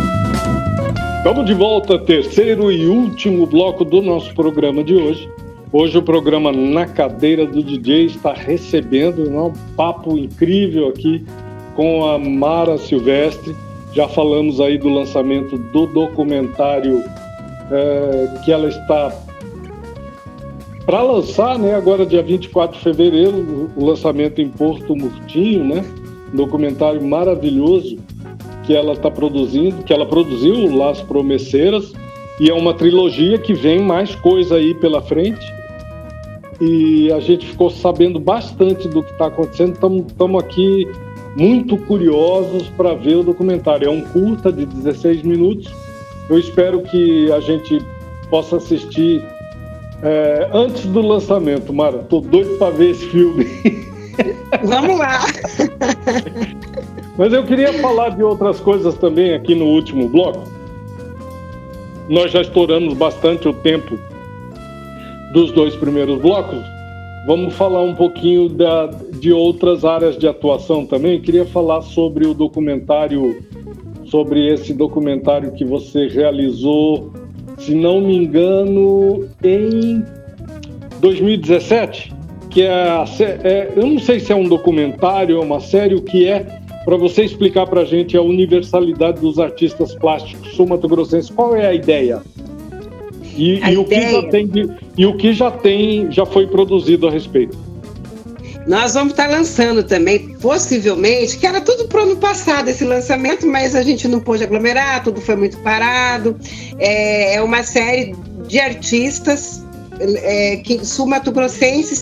Speaker 1: Estamos de volta, terceiro e último bloco do nosso programa de hoje. Hoje o programa Na Cadeira do DJ está recebendo um papo incrível aqui com a Mara Silvestre. Já falamos aí do lançamento do documentário que ela está para lançar, né? Agora, dia 24 de fevereiro, o lançamento em Porto Murtinho, né? Um documentário maravilhoso que ela está produzindo, que ela produziu, Las Promeseiras, e é uma trilogia que vem mais coisa aí pela frente. E a gente ficou sabendo bastante do que está acontecendo. Estamos aqui muito curiosos para ver o documentário. É um curta de 16 minutos. Eu espero que a gente possa assistir antes do lançamento. Mara, estou doido para ver esse filme.
Speaker 4: Vamos lá!
Speaker 1: Mas eu queria falar de outras coisas também aqui no último bloco. Nós já estouramos bastante o tempo dos 2 primeiros blocos. Vamos falar um pouquinho de outras áreas de atuação também. Queria falar sobre o documentário, sobre esse documentário que você realizou, se não me engano, em 2017, que eu não sei se é um documentário ou uma série, o que é, para você explicar para a gente a universalidade dos artistas plásticos sul-mato-grossenses. Qual é a ideia? E o que já foi produzido a respeito?
Speaker 4: Nós vamos estar lançando também, possivelmente, que era tudo para o ano passado esse lançamento, mas a gente não pôde aglomerar, tudo foi muito parado. É uma série de artistas sul-mato-grossenses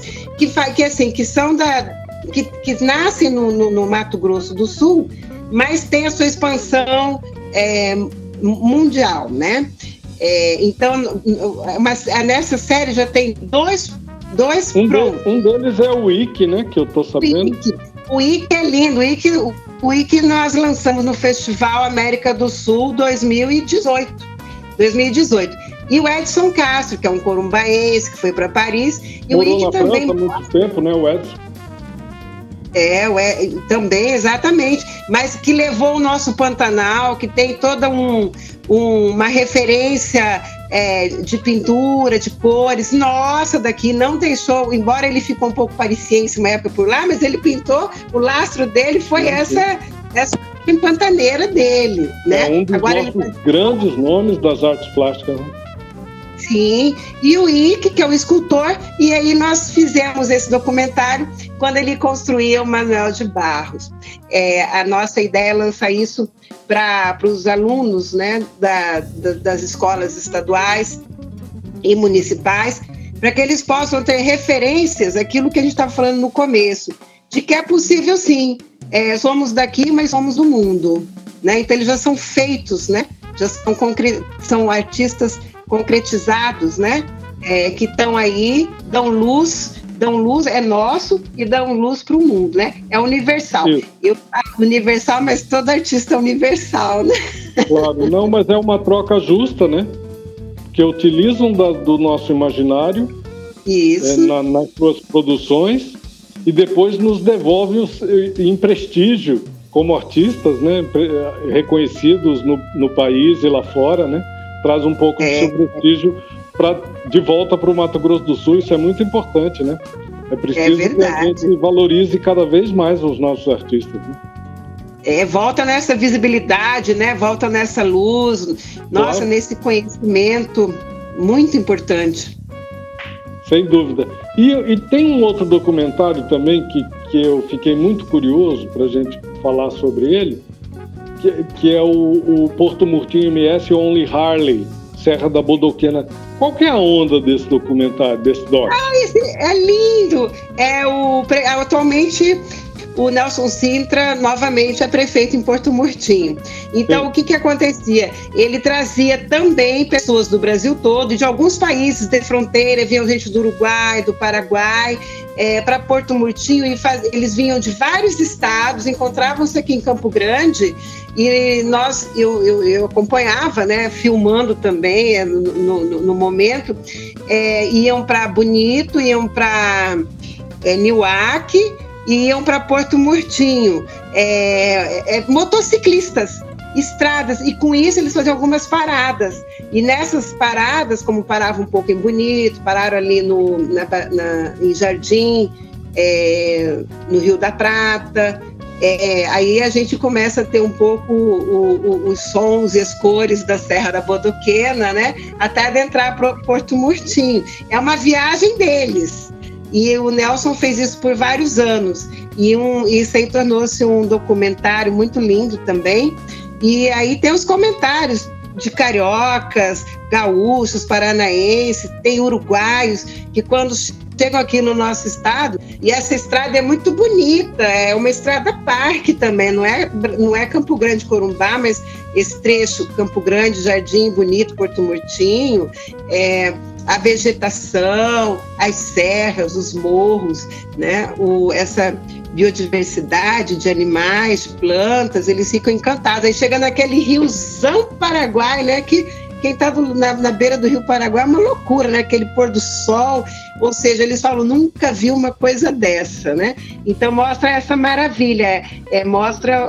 Speaker 4: que nascem no Mato Grosso do Sul, mas tem a sua expansão mundial, né? Então, nessa série já tem dois prontos.
Speaker 1: Um deles é o Ike, né? Que eu tô sabendo.
Speaker 4: O Ike é lindo. O Ike nós lançamos no Festival América do Sul 2018. E o Edson Castro, que é um corumbaense, que foi para Paris. E
Speaker 1: morou
Speaker 4: o Ike também.
Speaker 1: Há muito tempo, né, o Edson?
Speaker 4: Também, exatamente. Mas que levou o nosso Pantanal, que tem toda uma referência de pintura, de cores. Nossa, daqui não deixou, embora ele ficou um pouco parisiense uma época por lá, mas ele pintou, o lastro dele foi essa pantaneira dele, né?
Speaker 1: É um dos nossos grandes nomes das artes plásticas, né?
Speaker 4: Sim, e o Ike, que é o escultor, e aí nós fizemos esse documentário quando ele construía o Manuel de Barros. A nossa ideia é lançar isso para os alunos, né, das escolas estaduais e municipais, para que eles possam ter referências, aquilo que a gente estava falando no começo, de que é possível sim, somos daqui, mas somos do mundo, né? Então eles já são feitos, né? Já são artistas concretizados, né? Que estão aí, dão luz, é nosso e dão luz para o mundo, né? É universal. Universal, mas todo artista é universal, né?
Speaker 1: Claro, não, mas é uma troca justa, né? Que utilizam do nosso imaginário nas suas produções e depois nos devolvem em prestígio como artistas, né? Reconhecidos no país e lá fora, né? Traz um pouco de seu prestígio de volta para o Mato Grosso do Sul. Isso é muito importante, né? É preciso que a gente valorize cada vez mais os nossos artistas, né?
Speaker 4: Volta nessa visibilidade, né? Volta nessa luz, nossa, claro. Nesse conhecimento muito importante.
Speaker 1: Sem dúvida. E tem um outro documentário também que eu fiquei muito curioso para a gente falar sobre ele, que é o Porto Murtinho MS Only Harley, Serra da Bodoquena. Qual que é a onda desse documentário, desse doc?
Speaker 4: É lindo! Atualmente, o Nelson Sintra, novamente, é prefeito em Porto Murtinho. Então, sim. O que acontecia? Ele trazia também pessoas do Brasil todo e de alguns países de fronteira, vinham gente do Uruguai, do Paraguai, para Porto Murtinho, e eles vinham de vários estados, encontravam-se aqui em Campo Grande, e eu acompanhava, né, filmando também no momento, iam para Bonito, iam para Niuaque, e iam para Porto Murtinho, motociclistas estradas, e com isso eles faziam algumas paradas. E nessas paradas, como paravam um pouco em Bonito, pararam ali em Jardim, no Rio da Prata, aí a gente começa a ter um pouco os sons e as cores da Serra da Bodoquena, né? Até adentrar para Porto Murtinho. É uma viagem deles. E o Nelson fez isso por vários anos. E isso aí tornou-se um documentário muito lindo também. E aí tem os comentários de cariocas, gaúchos, paranaenses, tem uruguaios, que quando chegam aqui no nosso estado, e essa estrada é muito bonita, é uma estrada parque também, não é Campo Grande, Corumbá, mas esse trecho, Campo Grande, Jardim, Bonito, Porto Murtinho, a vegetação, as serras, os morros, né? Essa biodiversidade de animais, de plantas, eles ficam encantados. Aí chega naquele riozão Paraguai, né? Que quem está na beira do Rio Paraguai é uma loucura, né? Aquele pôr do sol, ou seja, eles falam, nunca vi uma coisa dessa, né? Então mostra essa maravilha, mostra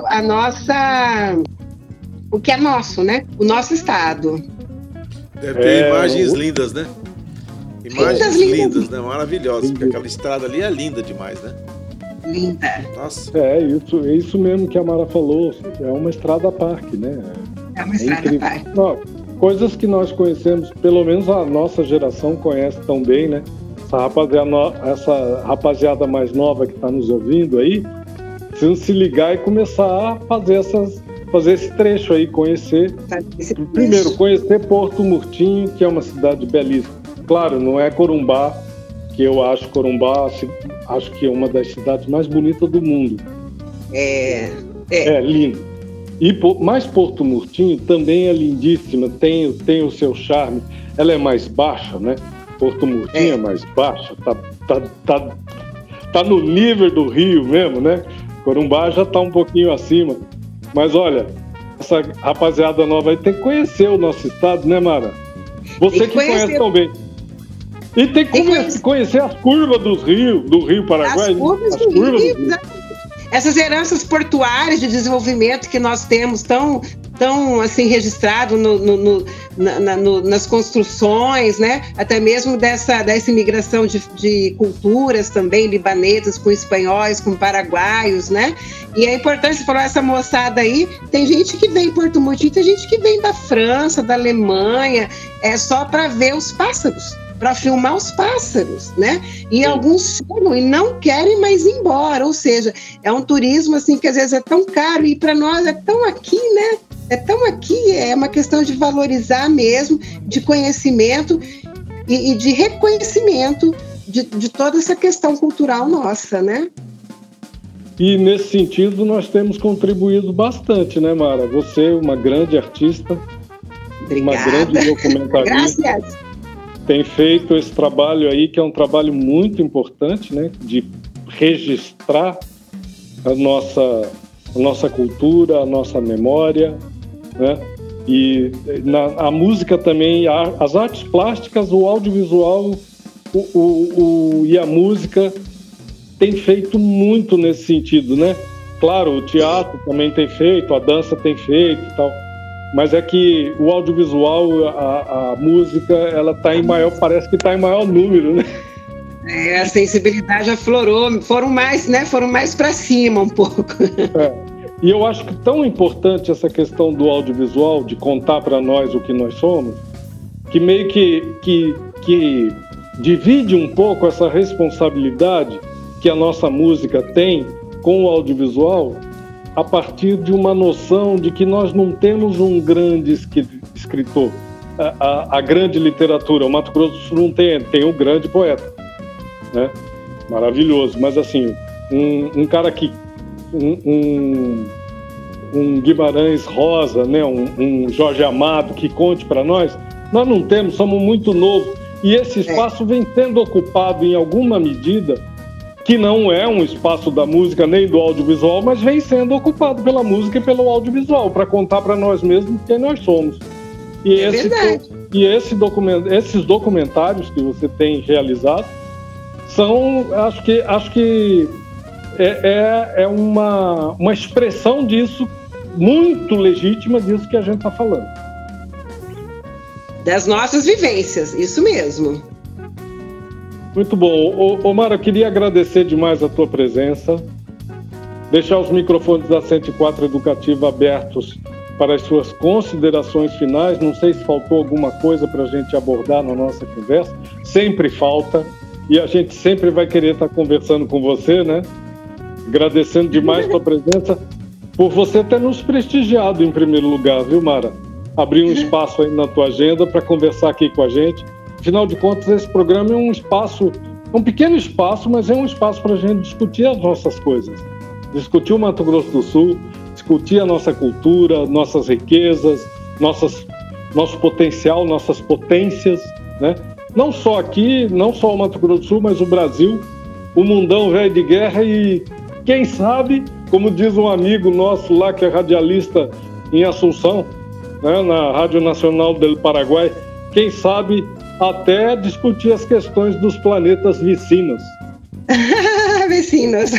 Speaker 4: o que é nosso, né? O nosso estado.
Speaker 2: Deve ter imagens lindas, né? Imagens lindas, né? Maravilhosas, porque aquela estrada ali é linda demais, né?
Speaker 4: Linda.
Speaker 2: Nossa.
Speaker 1: Isso mesmo que a Mara falou, é uma estrada parque, né?
Speaker 4: É uma estrada parque.
Speaker 1: Coisas que nós conhecemos, pelo menos a nossa geração conhece tão bem, né? Essa rapaziada mais nova que está nos ouvindo aí, precisam se ligar e começar a fazer esse trecho aí, conhecer. Primeiro, conhecer Porto Murtinho, que é uma cidade belíssima. Claro, não é Corumbá, que eu acho acho que é uma das cidades mais bonitas do mundo. É lindo. Mas Porto Murtinho também é lindíssima, tem o seu charme. Ela é mais baixa, né? Porto Murtinho é mais baixa, tá no nível do Rio mesmo, né? Corumbá já tá um pouquinho acima. Mas olha, essa rapaziada nova aí tem que conhecer o nosso estado, né, Mara? Você que conhece tão bem. E tem que conhecer as curvas do Rio Paraguai.
Speaker 4: As curvas do Rio. Essas heranças portuárias de desenvolvimento que nós temos tão assim registrado nas construções, né? Até mesmo dessa imigração de culturas também libanesas com espanhóis, com paraguaios, né? E é importante você falar, essa moçada aí, tem gente que vem em Porto Murtinho, tem gente que vem da França, da Alemanha, só para ver os pássaros, para filmar os pássaros, né? E alguns chegam e não querem mais ir embora, ou seja, é um turismo assim que às vezes é tão caro e para nós é tão aqui, né? É tão aqui, é uma questão de valorizar mesmo, de conhecimento e de reconhecimento de toda essa questão cultural nossa, né?
Speaker 1: E nesse sentido nós temos contribuído bastante, né, Mara? Você é uma grande artista,
Speaker 4: Obrigada.
Speaker 1: Uma grande documentarista.
Speaker 4: Graças.
Speaker 1: Tem feito esse trabalho aí, que é um trabalho muito importante, né? De registrar a nossa cultura, a nossa memória, né? E a música também, as artes plásticas, o audiovisual e a música tem feito muito nesse sentido, né? Claro, o teatro também tem feito, a dança tem feito e tal. Mas é que o audiovisual, a música, ela tá em maior, parece que está em maior número, né?
Speaker 4: A sensibilidade aflorou, foram mais para cima um pouco.
Speaker 1: E eu acho que tão importante essa questão do audiovisual, de contar para nós o que nós somos, que meio que divide um pouco essa responsabilidade que a nossa música tem com o audiovisual, a partir de uma noção de que nós não temos um grande escritor, a grande literatura. O Mato Grosso do Sul não tem um grande poeta, né? Maravilhoso, mas assim, um cara que um Guimarães Rosa, né? um Jorge Amado que conte para nós não temos, somos muito novos, e esse espaço vem sendo ocupado em alguma medida, que não é um espaço da música nem do audiovisual, mas vem sendo ocupado pela música e pelo audiovisual, para contar para nós mesmos quem nós somos. E esses documentários que você tem realizado são, acho que é uma expressão disso muito legítima disso que a gente está falando.
Speaker 4: Das nossas vivências, isso mesmo.
Speaker 1: Muito bom. Ô Mara, eu queria agradecer demais a tua presença, deixar os microfones da 104 Educativa abertos para as suas considerações finais. Não sei se faltou alguma coisa para a gente abordar na nossa conversa. Sempre falta, e a gente sempre vai querer estar conversando com você, né? Agradecendo demais a tua presença, por você ter nos prestigiado em primeiro lugar, viu, Mara? Abrir um espaço aí na tua agenda para conversar aqui com a gente. Afinal de contas, esse programa é um espaço, é um pequeno espaço, mas é um espaço para a gente discutir as nossas coisas. Discutir o Mato Grosso do Sul, discutir a nossa cultura, nossas riquezas, nosso potencial, nossas potências, né? Não só aqui, não só o Mato Grosso do Sul, mas o Brasil, o mundão velho de guerra e, quem sabe, como diz um amigo nosso lá, que é radialista em Assunção, né, na Rádio Nacional do Paraguai, quem sabe até discutir as questões dos planetas vecinos.
Speaker 4: Vecinos.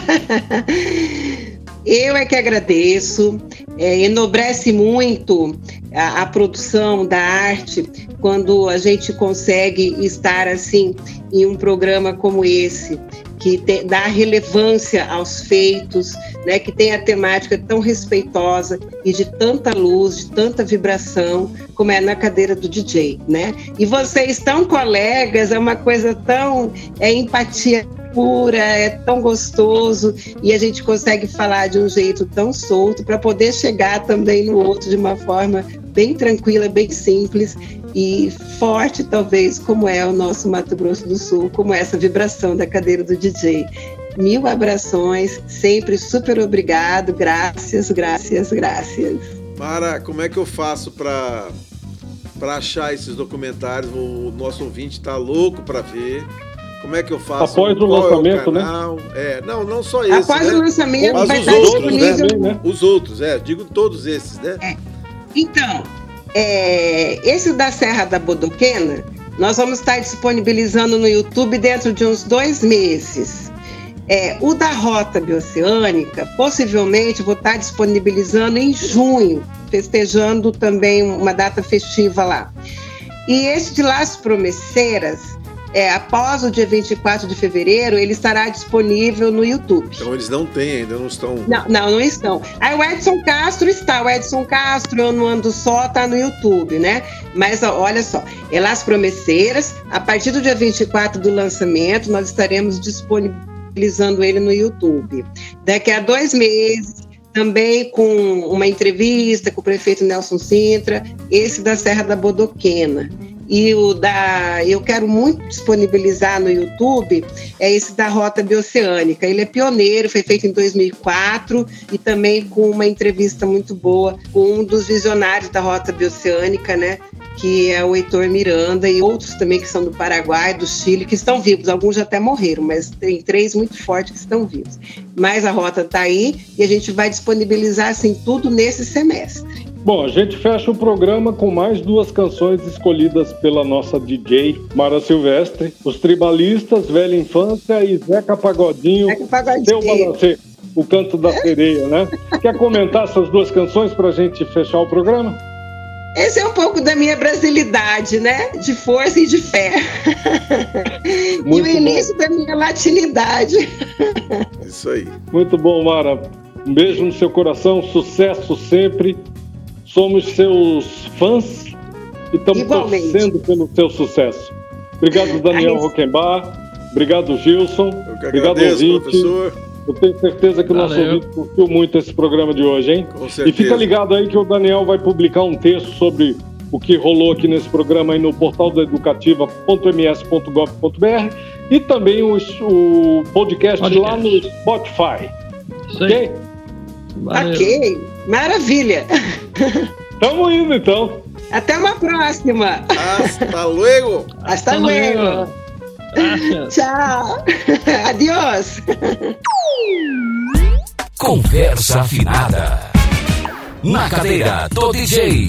Speaker 4: Eu é que agradeço, enobrece muito a produção da arte quando a gente consegue estar assim em um programa como esse, que dá relevância aos feitos, né, que tem a temática tão respeitosa e de tanta luz, de tanta vibração, como é na cadeira do DJ, né? E vocês tão colegas, é uma coisa tão empatia pura, é tão gostoso, e a gente consegue falar de um jeito tão solto para poder chegar também no outro de uma forma bem tranquila, bem simples e forte, talvez, como é o nosso Mato Grosso do Sul, como essa vibração da cadeira do DJ. 1000 abrações, sempre super obrigado, graças.
Speaker 2: Mara, como é que eu faço para achar esses documentários? O nosso ouvinte está louco para ver. Como é que eu faço?
Speaker 1: Após o lançamento, né?
Speaker 2: Não só esse,
Speaker 4: após o lançamento,
Speaker 2: mas
Speaker 4: vai
Speaker 2: os
Speaker 4: estar
Speaker 2: outros,
Speaker 4: disponível.
Speaker 2: né? Os outros, digo todos esses, né?
Speaker 4: Então, esse da Serra da Bodoquena, nós vamos estar disponibilizando no YouTube dentro de uns 2 meses. O da Rota Bioceânica, possivelmente vou estar disponibilizando em junho, festejando também uma data festiva lá. E esse de Las Promeseiras, após o dia 24 de fevereiro, ele estará disponível no YouTube.
Speaker 2: Então eles não têm ainda, não estão...
Speaker 4: Não estão. Aí o Edson Castro está. O Edson Castro, Eu Não Ando Só, está no YouTube, né? Mas olha só, Las Promeseiras, a partir do dia 24 do lançamento, nós estaremos disponibilizando ele no YouTube. Daqui a 2 meses, também com uma entrevista com o prefeito Nelson Sintra, esse da Serra da Bodoquena. E eu quero muito disponibilizar no YouTube, esse da Rota Bioceânica. Ele é pioneiro, foi feito em 2004 e também com uma entrevista muito boa com um dos visionários da Rota Bioceânica, né? Que é o Heitor Miranda, e outros também que são do Paraguai, do Chile, que estão vivos. Alguns já até morreram, mas tem 3 muito fortes que estão vivos. Mas a rota está aí e a gente vai disponibilizar assim, tudo nesse semestre.
Speaker 1: Bom, a gente fecha o programa com mais 2 canções escolhidas pela nossa DJ Mara Silvestre, Os Tribalistas, Velha Infância e Zeca Pagodinho, Seu Balancê, o Canto da Sereia, né? Quer comentar essas 2 canções para a gente fechar o programa?
Speaker 4: Esse é um pouco da minha brasilidade, né? De força e de fé. E o início da minha latinidade.
Speaker 2: Isso aí.
Speaker 1: Muito bom, Mara. Um beijo no seu coração, sucesso sempre. Somos seus fãs e estamos torcendo pelo seu sucesso. Obrigado, Daniel Roquembar. Obrigado, Gilson.
Speaker 2: Eu que agradeço, ouvinte. Professor.
Speaker 1: Eu tenho certeza que o nosso ouvinte curtiu muito esse programa de hoje, hein?
Speaker 2: Com certeza.
Speaker 1: E fica ligado aí que o Daniel vai publicar um texto sobre o que rolou aqui nesse programa aí no portal da educativa.ms.gov.br e também o podcast lá no Spotify. Ok?
Speaker 4: Ok, maravilha.
Speaker 1: Tamo indo, então.
Speaker 4: Até uma próxima.
Speaker 2: Hasta luego.
Speaker 4: Hasta luego. Tchau. Adiós.
Speaker 5: Conversa afinada. Na cadeira do DJ.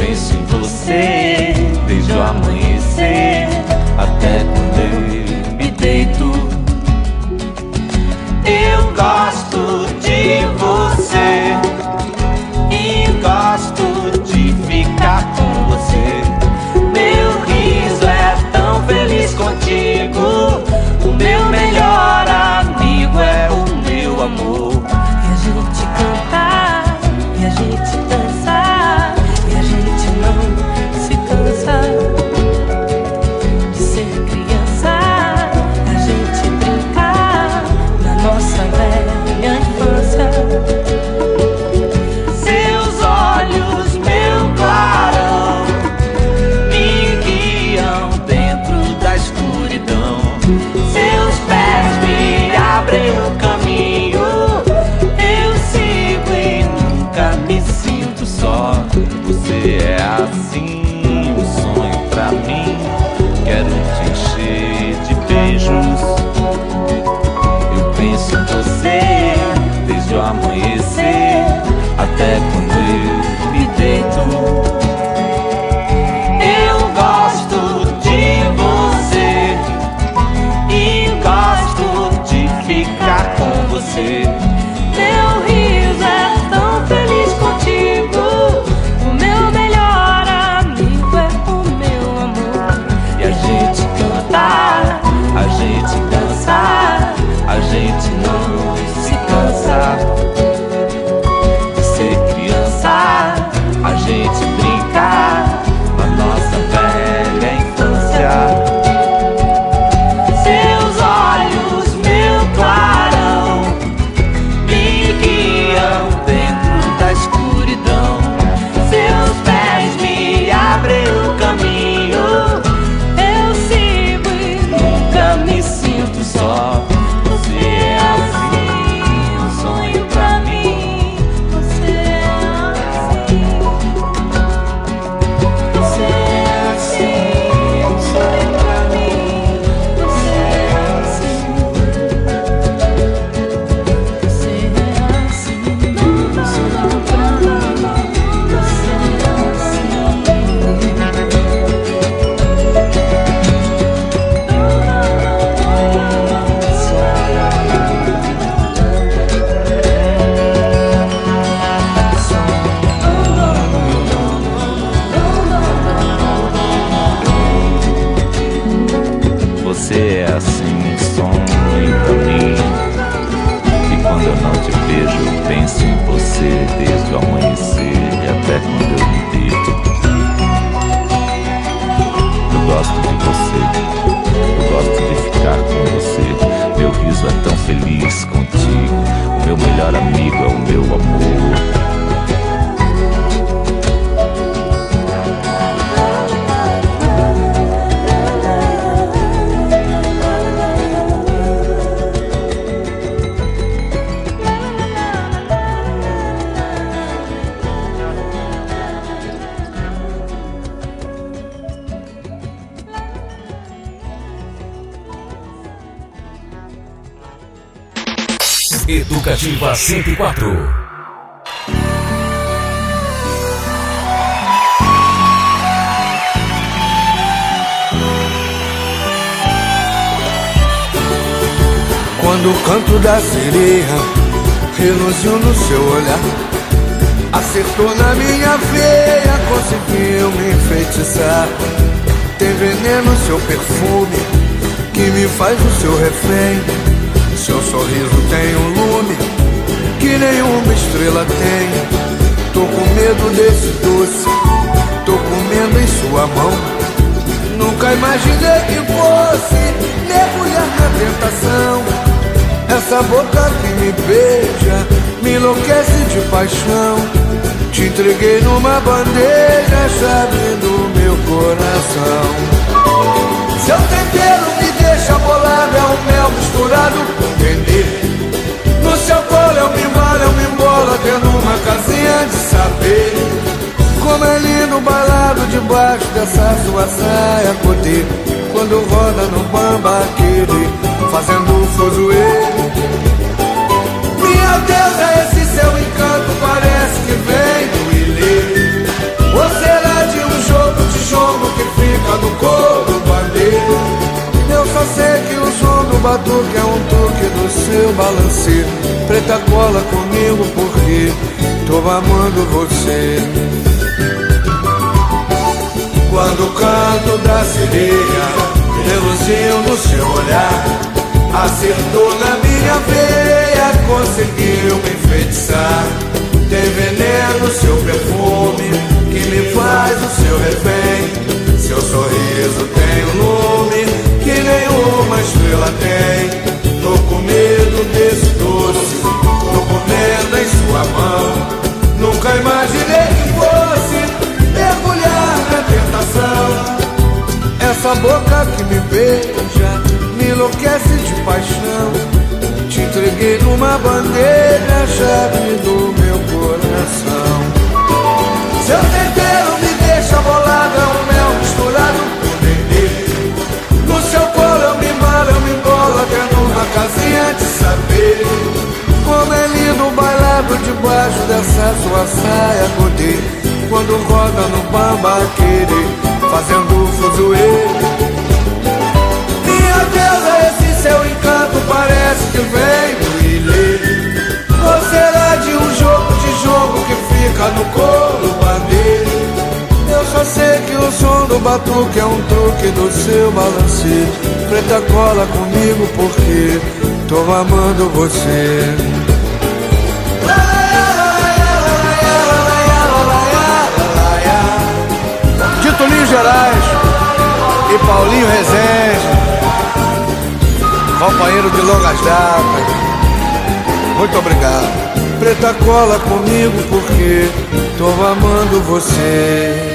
Speaker 10: penso em você desde o amanhecer até quando eu me deito. Eu gosto de você e gosto de ficar com você. Meu riso é tão feliz contigo. O meu melhor amigo é o meu amor.
Speaker 11: E a gente cantar, e a gente dançar, e a gente não se cansa de ser criança. A gente brincar na nossa velha infância.
Speaker 10: Seus olhos, meu clarão, me guiam dentro da escuridão. Seus pés me abrem o caminho. Eu sigo e nunca me sinto só. Você é assim, um sonho pra mim. Quero te encher de beijos. Eu penso em você desde o amanhecer até quando eu me deito. Eu gosto de você e gosto de ficar com você.
Speaker 11: Meu riso é tão feliz contigo. O meu melhor amigo é o meu amor.
Speaker 10: E a gente cantar, a gente dançar, a gente não se cansa de ser criança. A gente brincar na nossa velha infância. Seus olhos, meu clarão, me guiam dentro da escuridão. Seus pés me abrem o caminho.
Speaker 11: Eu sigo e
Speaker 10: Nunca me sinto só. Você é assim, um sonho pra mim.
Speaker 11: você é assim. Você é assim, um sonho pra mim. Você é assim. Você é assim, um sonho pra mim. Você é
Speaker 10: Você é assim, um sonho pra mim. E quando eu não te vejo, eu penso em você desde o amanhecer e até quando eu me deito. Eu gosto de você, eu gosto de ficar com você. Meu riso é tão feliz contigo. O meu melhor amigo é o meu amor.
Speaker 5: Educativa 104.
Speaker 7: Quando o canto da sereia reluziu no seu olhar, acertou na minha veia, conseguiu me enfeitiçar. Tem veneno seu perfume que me faz o seu refém. Seu sorriso tem um lume que nenhuma estrela tem. Tô com medo desse doce, tô comendo em sua mão. Nunca imaginei que fosse mergulhar na tentação. Essa boca que me beija me enlouquece de paixão. Te entreguei numa bandeja, a chave do meu coração. Seu tempero me deixa bolado, é um mel misturado com dendê. No seu colo eu me embolo até numa casinha de saber. Como é lindo o balado debaixo dessa sua saia cotê. Quando roda no bamba aquele, fazendo fuzuê. Minha deusa, esse seu encanto parece que vem do Ilê. Ou será
Speaker 9: batuque é um truque do seu balancê. Preta, cola comigo porque tô amando você. Quando o canto da sereia reluziu no seu olhar, acertou na minha veia, conseguiu me enfeitiçar. Tem veneno seu perfume que me faz o seu refém. Seu sorriso tem um lume que nenhuma estrela tem. Tô com medo desse doce, tô comendo em sua mão. Nunca imaginei que fosse mergulhar na tentação. Essa boca que me beija me enlouquece de paixão. Te entreguei numa bandeja a chave do meu coração. Seu tempero me deixa bolado, é um mel misturado com dendê. No seu colo eu me embolo até numa casinha de saber. Como é lindo o bailado debaixo dessa sua saia godê. Quando roda no bambaqueire, fazendo fuzuê. Minha deusa, esse seu encanto parece que vem do ilê. Ou será de um jogo que fica no couro bandeiro? Eu só sei que o som do batuque é um truque do seu balancê. Preta, cola comigo porque tô amando você. De Tolinho Gerais e Paulinho Rezende, companheiro de longas datas, muito obrigado. Preta, cola comigo porque tô amando você.